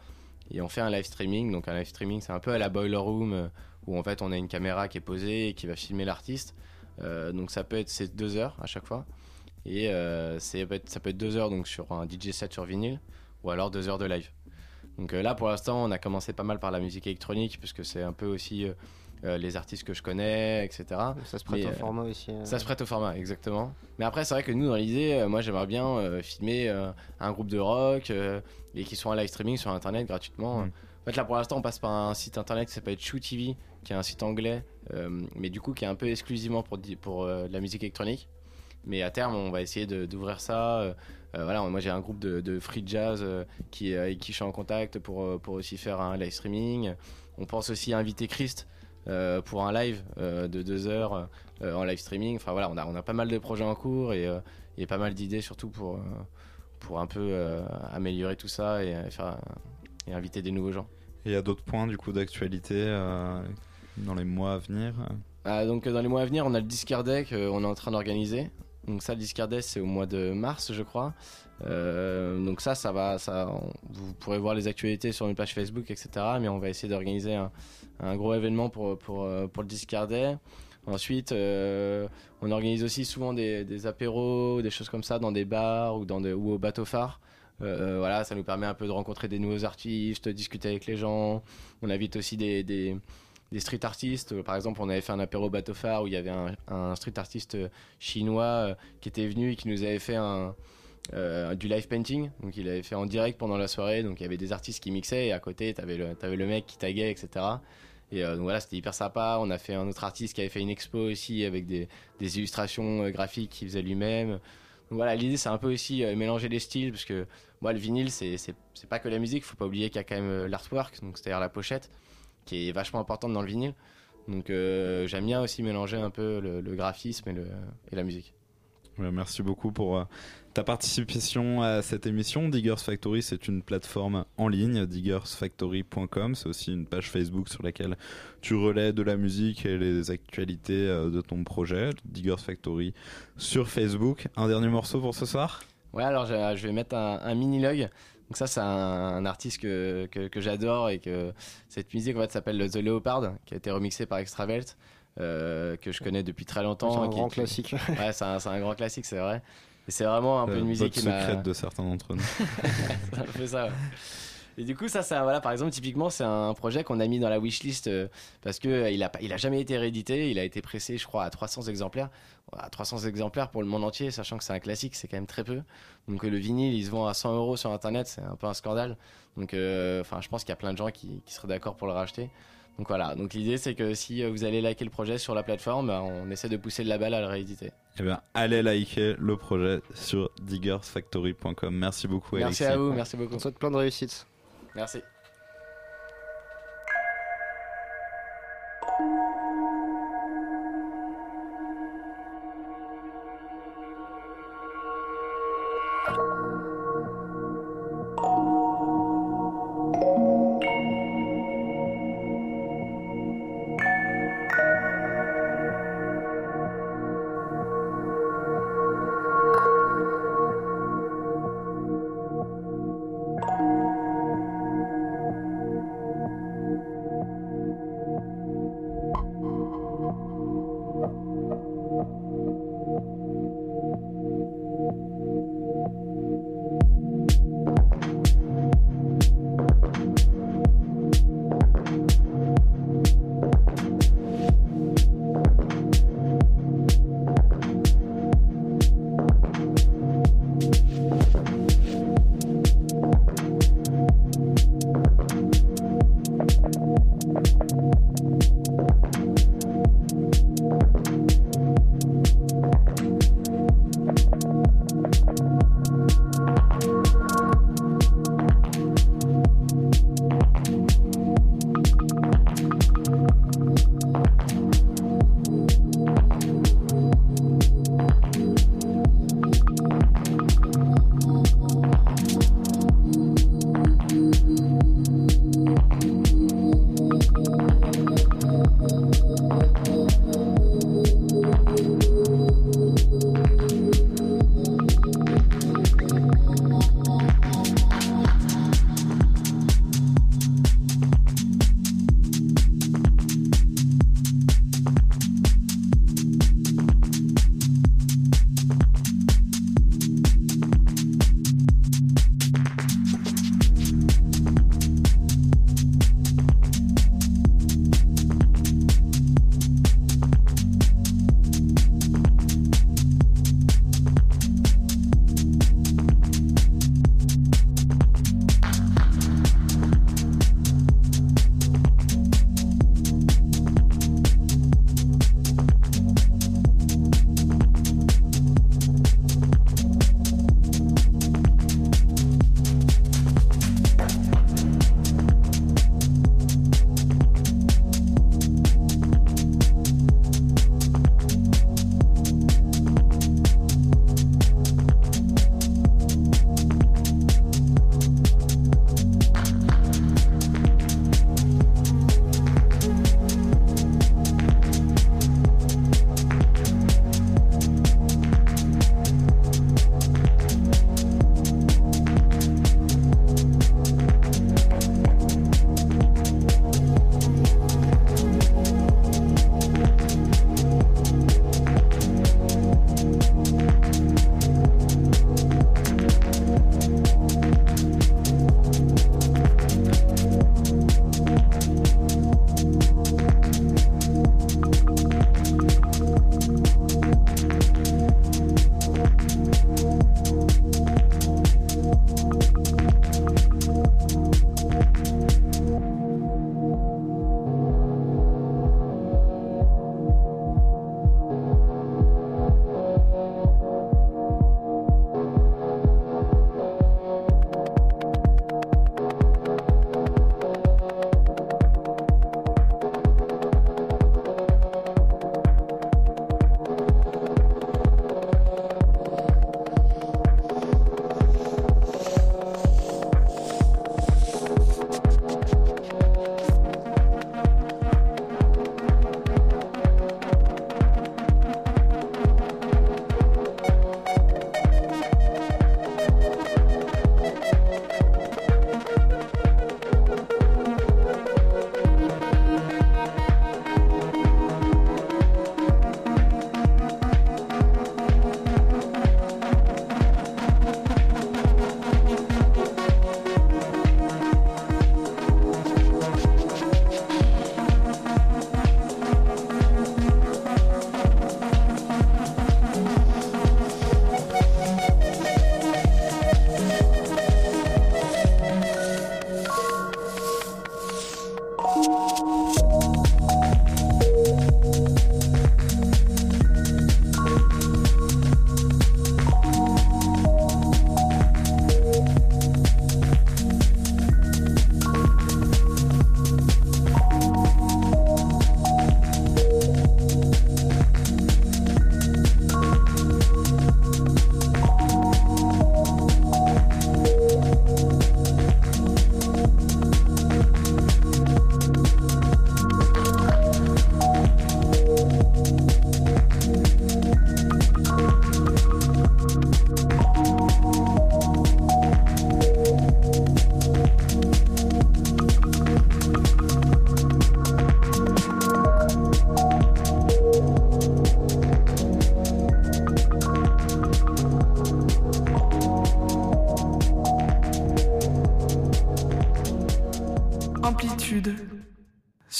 et on fait un live streaming. Donc un live streaming, c'est un peu à la Boiler Room euh, où en fait on a une caméra qui est posée et qui va filmer l'artiste. Euh, donc ça peut être c'est deux heures à chaque fois et euh, c'est, ça peut être deux heures donc sur un D J set sur vinyle ou alors deux heures de live. Donc euh, là pour l'instant on a commencé pas mal par la musique électronique puisque c'est un peu aussi euh, euh, les artistes que je connais, et cetera. Ça se prête Mais, au euh, format aussi. euh. Ça se prête au format, exactement. Mais après, c'est vrai que nous, dans l'idée, euh, moi, j'aimerais bien euh, filmer euh, un groupe de rock euh, et qui soit en live streaming sur Internet gratuitement. Mm. En fait, là, pour l'instant, on passe par un site Internet qui s'appelle Choo T V, qui est un site anglais, euh, mais du coup, qui est un peu exclusivement pour, di- pour euh, de la musique électronique. Mais à terme, on va essayer de, d'ouvrir ça. Euh, euh, voilà, moi, j'ai un groupe de, de free jazz euh, qui, euh, avec qui je suis en contact pour, euh, pour aussi faire un live streaming. On pense aussi inviter Christ. Euh, pour un live euh, de deux heures euh, en live streaming. Enfin voilà, on a, on a pas mal de projets en cours et, euh, et pas mal d'idées surtout pour, euh, pour un peu euh, améliorer tout ça et, euh, faire, et inviter des nouveaux gens. Et il y a d'autres points du coup d'actualité euh, dans les mois à venir. Ah, donc dans les mois à venir, on a le Discard Day qu'on est en train d'organiser. Donc ça, le Discard Day, c'est au mois de mars, je crois. Euh, donc ça, ça va, ça, on- vous pourrez voir les actualités sur une page Facebook, et cetera. Mais on va essayer d'organiser un, un gros événement pour, pour, euh, pour le Discard Day. Ensuite, euh, on organise aussi souvent des, des apéros, des choses comme ça dans des bars ou, dans des, ou au bateau phare. Euh, voilà, ça nous permet un peu de rencontrer des nouveaux artistes, de discuter avec les gens. On invite aussi des, des, des street artistes. Par exemple, on avait fait un apéro au bateau phare où il y avait un, un street artiste chinois euh, qui était venu et qui nous avait fait un, euh, du live painting. Donc il avait fait en direct pendant la soirée. Donc il y avait des artistes qui mixaient et à côté, t'avais le, t'avais le mec qui taguait, et cetera. Et euh, donc voilà, c'était hyper sympa. On a fait un autre artiste qui avait fait une expo aussi avec des, des illustrations euh, graphiques qu'il faisait lui-même. Donc voilà, l'idée c'est un peu aussi euh, mélanger les styles parce que moi le vinyle c'est, c'est, c'est pas que la musique, faut pas oublier qu'il y a quand même euh, l'artwork, donc c'est-à-dire la pochette qui est vachement importante dans le vinyle. Donc euh, j'aime bien aussi mélanger un peu le, le graphisme et, le, et la musique. Ouais, merci beaucoup pour euh, ta participation à cette émission. Diggers Factory, c'est une plateforme en ligne, diggers factory point com. C'est aussi une page Facebook sur laquelle tu relais de la musique et les actualités euh, de ton projet. Diggers Factory sur Facebook. Un dernier morceau pour ce soir ? Ouais, alors je, je vais mettre un, un mini-log. Donc ça, c'est un, un artiste que, que, que j'adore et que cette musique en fait s'appelle The Leopard, qui a été remixée par Extravelt. Euh, que je connais depuis très longtemps. C'est un qui, grand qui... classique. Ouais, c'est un, c'est un grand classique, c'est vrai. Et c'est vraiment un peu une musique qui m'a... secrète de certains d'entre nous. C'est un peu ça, ouais. Et du coup, ça, ça, voilà, par exemple, typiquement, c'est un projet qu'on a mis dans la wishlist euh, parce que euh, il a, pas- il a jamais été réédité. Il a été pressé, je crois, à trois cents exemplaires. À trois cents exemplaires pour le monde entier, sachant que c'est un classique, c'est quand même très peu. Donc euh, le vinyle, il se vend à cent euros sur Internet, c'est un peu un scandale. Donc, euh, enfin, je pense qu'il y a plein de gens qui, qui seraient d'accord pour le racheter. Donc voilà, donc l'idée c'est que si vous allez liker le projet sur la plateforme, bah, on essaie de pousser le label à le rééditer. Eh bien, allez liker le projet sur diggers factory point com. Merci beaucoup, Merci Alexis. à vous, merci beaucoup. On te souhaite plein de réussites. Merci. Thank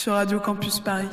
sur Radio Campus Paris.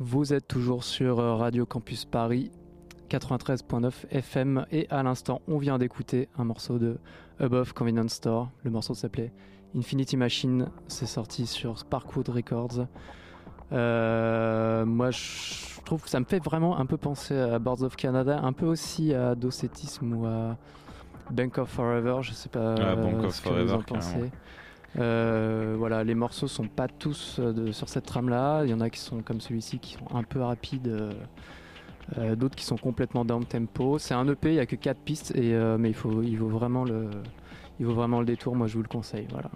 Vous êtes toujours sur Radio Campus Paris quatre-vingt-treize virgule neuf F M et à l'instant on vient d'écouter un morceau de Above Convenience Store. Le morceau s'appelait Infinity Machine, c'est sorti sur Sparkwood Records. Euh, moi je trouve que ça me fait vraiment un peu penser à Boards of Canada, un peu aussi à Docetisme ou à Bank of Forever, je sais pas ah, Bank euh, of ce que Forever, vous en pensez. Euh, voilà, les morceaux sont pas tous de, sur cette trame là, il y en a qui sont comme celui-ci qui sont un peu rapides, euh, euh, d'autres qui sont complètement down tempo. C'est un E P, il y a que quatre pistes et, euh, mais il faut, il vaut vraiment le, il vaut vraiment le détour, moi je vous le conseille, voilà.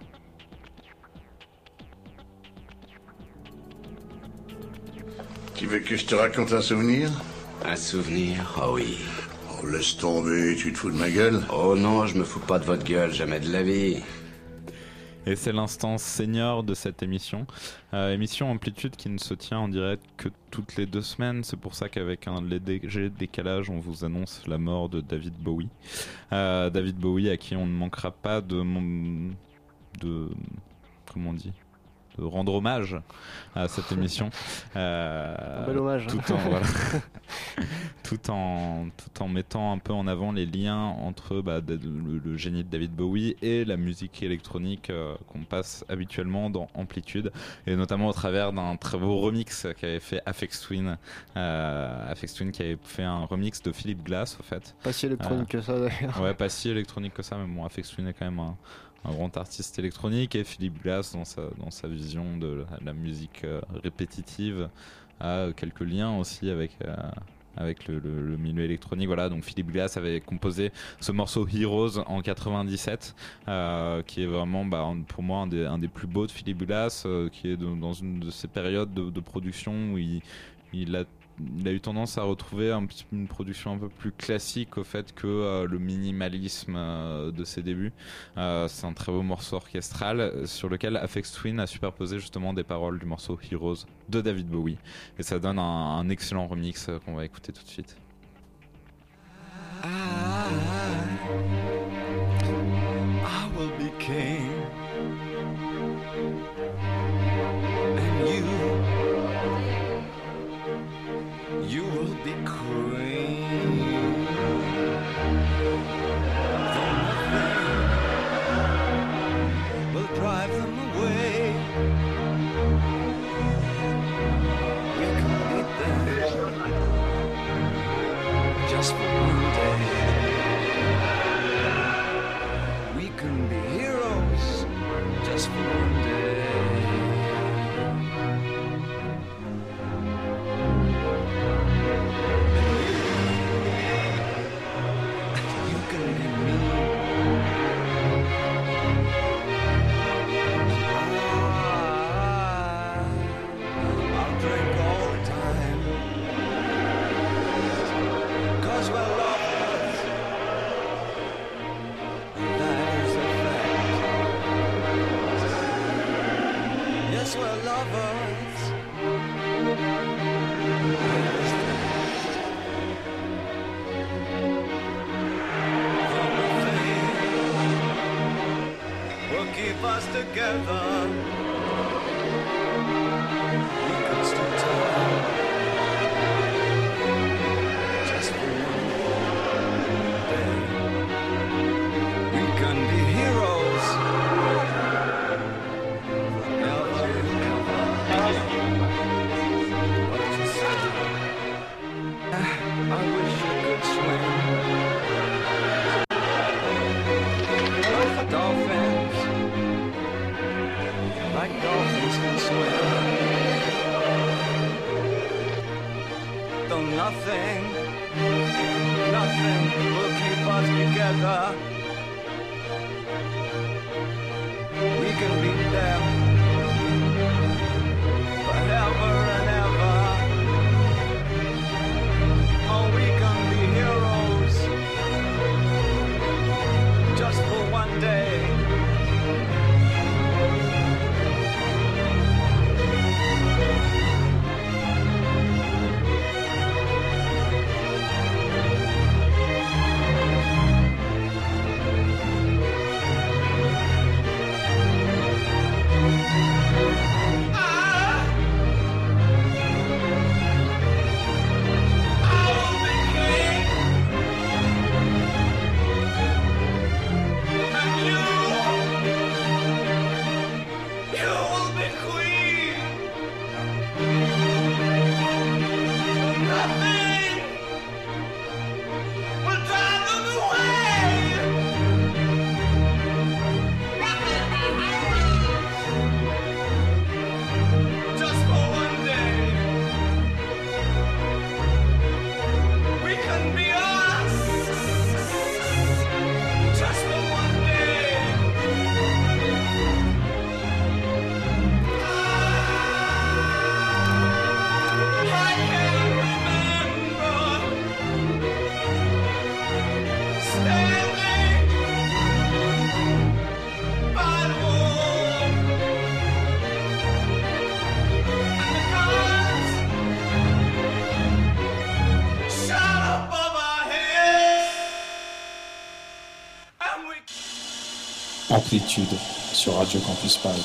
Tu veux que je te raconte un souvenir? Un souvenir? Oh oui. Oh, laisse tomber, tu te fous de ma gueule? Oh non, je me fous pas de votre gueule, jamais de la vie. Et c'est l'instant senior de cette émission. Euh, émission Amplitude qui ne se tient en direct que toutes les deux semaines. C'est pour ça qu'avec un léger décalage, on vous annonce la mort de David Bowie. Euh, David Bowie à qui on ne manquera pas de... de comment on dit ? de rendre hommage à cette émission. Euh, un bel hommage. Tout en, voilà, tout, en, tout en mettant un peu en avant les liens entre bah, le, le génie de David Bowie et la musique électronique euh, qu'on passe habituellement dans Amplitude, et notamment au travers d'un très beau remix qu'avait fait Aphex Twin. Euh, Aphex Twin qui avait fait un remix de Philip Glass, au fait. Pas si électronique euh, que ça, d'ailleurs. Ouais, pas si électronique que ça, mais bon, Aphex Twin est quand même un... un grand artiste électronique, et Philip Glass dans sa, dans sa vision de la, la musique euh, répétitive a quelques liens aussi avec, euh, avec le, le, le milieu électronique. Voilà, donc Philip Glass avait composé ce morceau Heroes en quatre-vingt-dix-sept, euh, qui est vraiment bah, pour moi un des, un des plus beaux de Philip Glass, euh, qui est de, dans une de ces périodes de, de production où il, il a Il a eu tendance à retrouver un petit, une production un peu plus classique au fait que euh, le minimalisme euh, de ses débuts. Euh, c'est un très beau morceau orchestral sur lequel Aphex Twin a superposé justement des paroles du morceau Heroes de David Bowie. Et ça donne un, un excellent remix euh, qu'on va écouter tout de suite. I, I will be king, and you You will be queen. Though nothing will drive them away, we can beat them just for one day. We can be heroes just for one day. Together, we can still time just for one day. We can be heroes forever and ever. What did you say? I wish you could swim like the dolphins. Like dolphins can swim. Though nothing, nothing will keep us together. We can beat them forever and ever. Oh, we can be heroes just for one day. Amplitude sur Radio Campus Paris.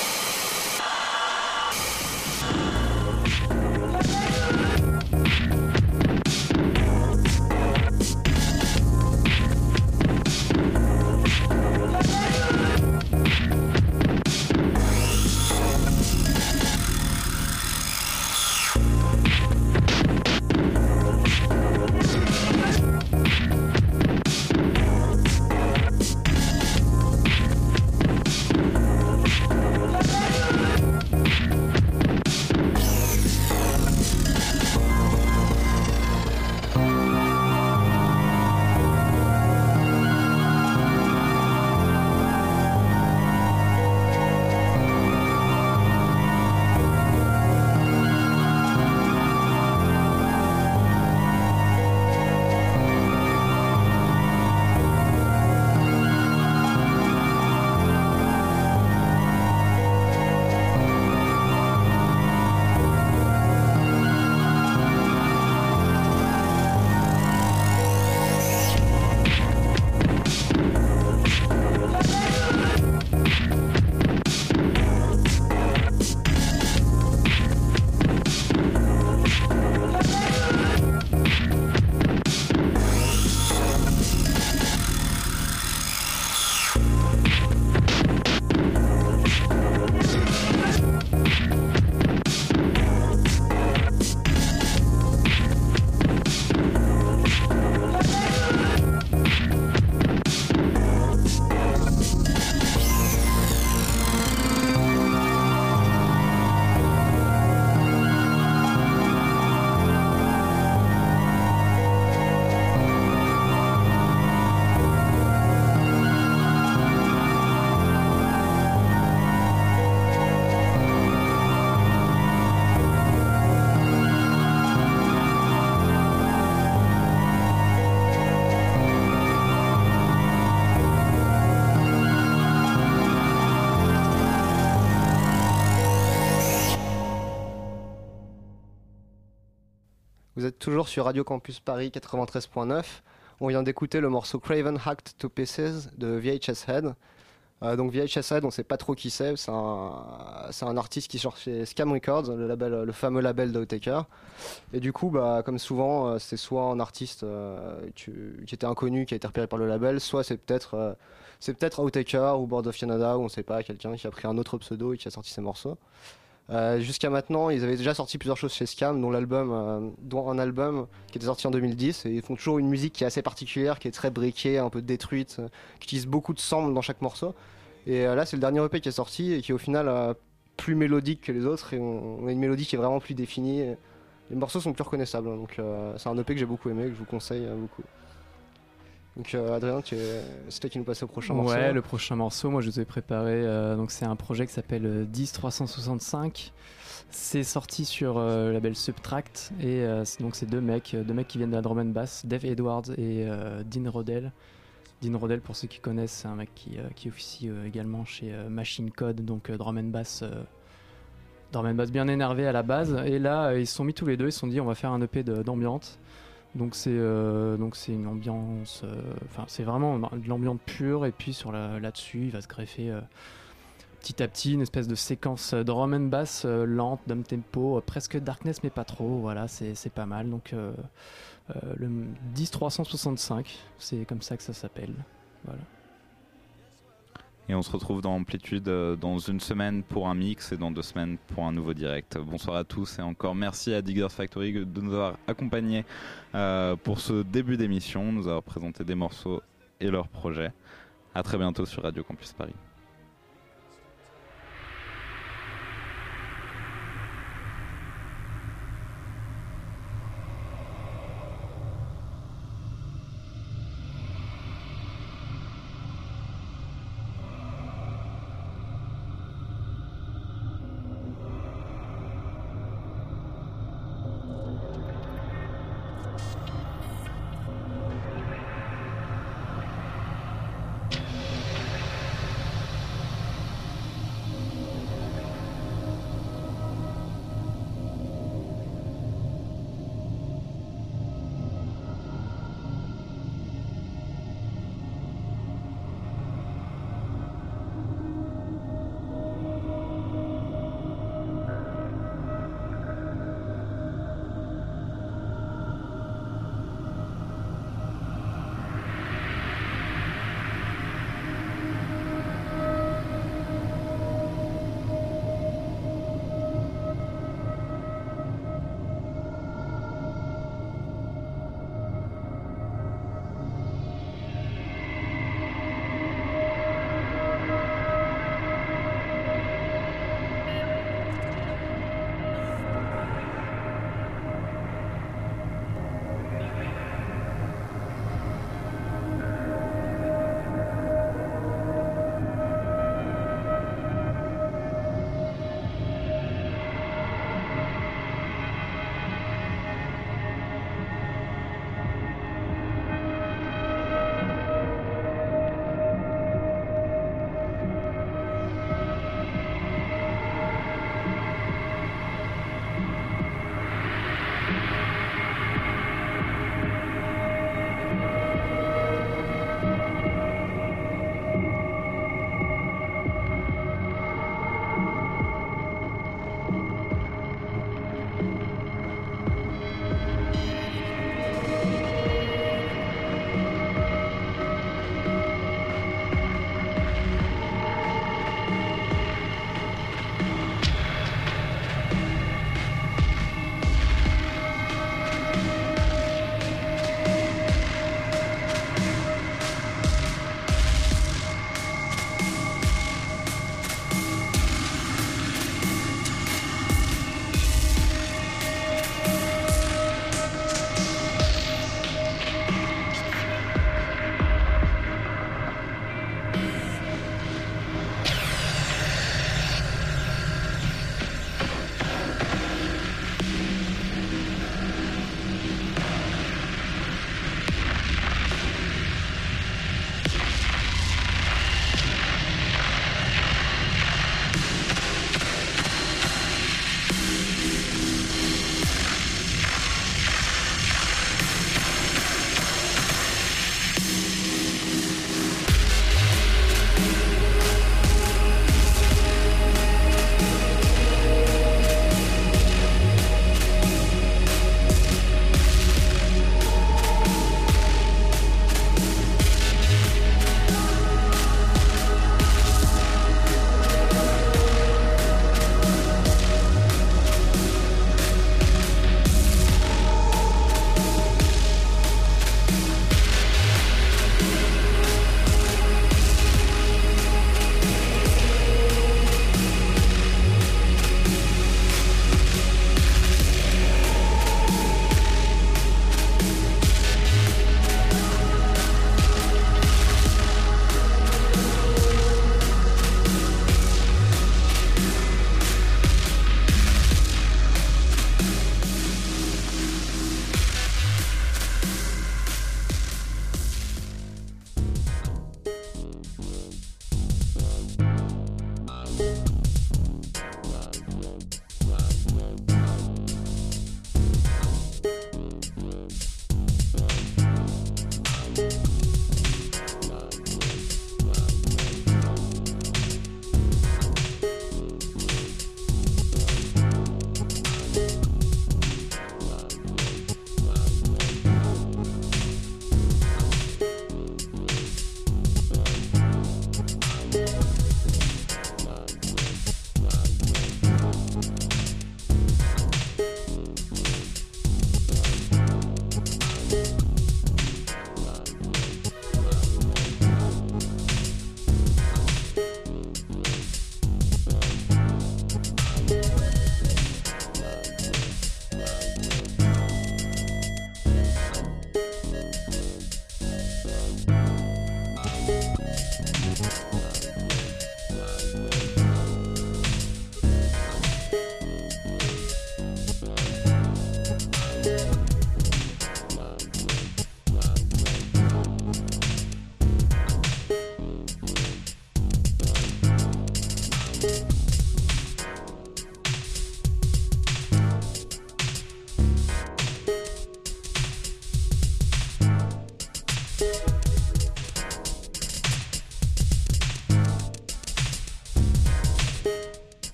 Vous êtes toujours sur Radio Campus Paris quatre-vingt-treize point neuf. On vient d'écouter le morceau Craven Hacked to Pieces de V H S Head. Euh, donc V H S Head, on ne sait pas trop qui c'est. C'est un, c'est un artiste qui sort chez Scam Records, le, label, le fameux label d'Outtaker. Et du coup, bah, comme souvent, euh, c'est soit un artiste euh, qui, qui était inconnu, qui a été repéré par le label, soit c'est peut-être euh, c'est peut-être Outtaker ou Board of Canada, ou on ne sait pas, quelqu'un qui a pris un autre pseudo et qui a sorti ses morceaux. Euh, jusqu'à maintenant, ils avaient déjà sorti plusieurs choses chez Scam, dont l'album, euh, dont un album qui était sorti en deux mille dix. Et ils font toujours une musique qui est assez particulière, qui est très briquée, un peu détruite, euh, qui utilise beaucoup de samples dans chaque morceau. Et euh, là, c'est le dernier E P qui est sorti et qui est au final euh, plus mélodique que les autres. Et on, on a une mélodie qui est vraiment plus définie. Et les morceaux sont plus reconnaissables. Donc euh, c'est un E P que j'ai beaucoup aimé, que je vous conseille euh, beaucoup. Donc euh, Adrien, tu es... c'est toi qui nous passe au prochain ouais, morceau. Ouais, le prochain morceau, moi je vous ai préparé. Euh, donc c'est un projet qui s'appelle euh, dix trois cent soixante-cinq. C'est sorti sur euh, le label Subtract et euh, c'est, donc c'est deux mecs, deux mecs qui viennent de la drum and bass, Dave Edwards et euh, Dean Rodell. Dean Rodell, pour ceux qui connaissent, c'est un mec qui, euh, qui officie euh, également chez euh, Machine Code, donc euh, drum and bass. Euh, drum and bass bien énervé à la base. Et là, euh, ils se sont mis tous les deux, ils se sont dit on va faire un E P de, d'ambiance. Donc c'est euh, donc c'est une ambiance, enfin euh, c'est vraiment de l'ambiance pure et puis sur la, là-dessus il va se greffer euh, petit à petit une espèce de séquence drum and bass euh, lente, down tempo, euh, presque darkness mais pas trop. Voilà, c'est c'est pas mal. Donc euh, euh, le dix trois cent soixante-cinq, c'est comme ça que ça s'appelle. Voilà. Et on se retrouve dans Amplitude dans une semaine pour un mix et dans deux semaines pour un nouveau direct. Bonsoir à tous et encore merci à Diggers Factory de nous avoir accompagnés euh, pour ce début d'émission, nous avoir présenté des morceaux et leurs projets. À très bientôt sur Radio Campus Paris.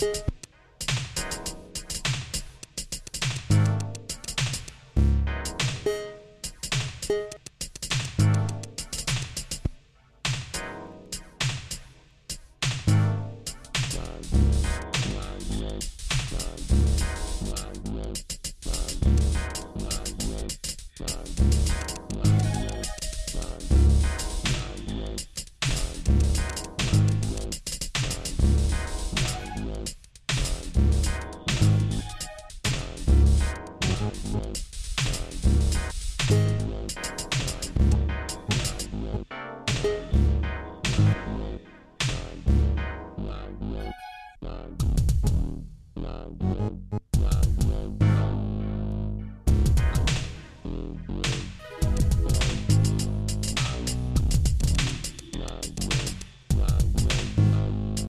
Bye.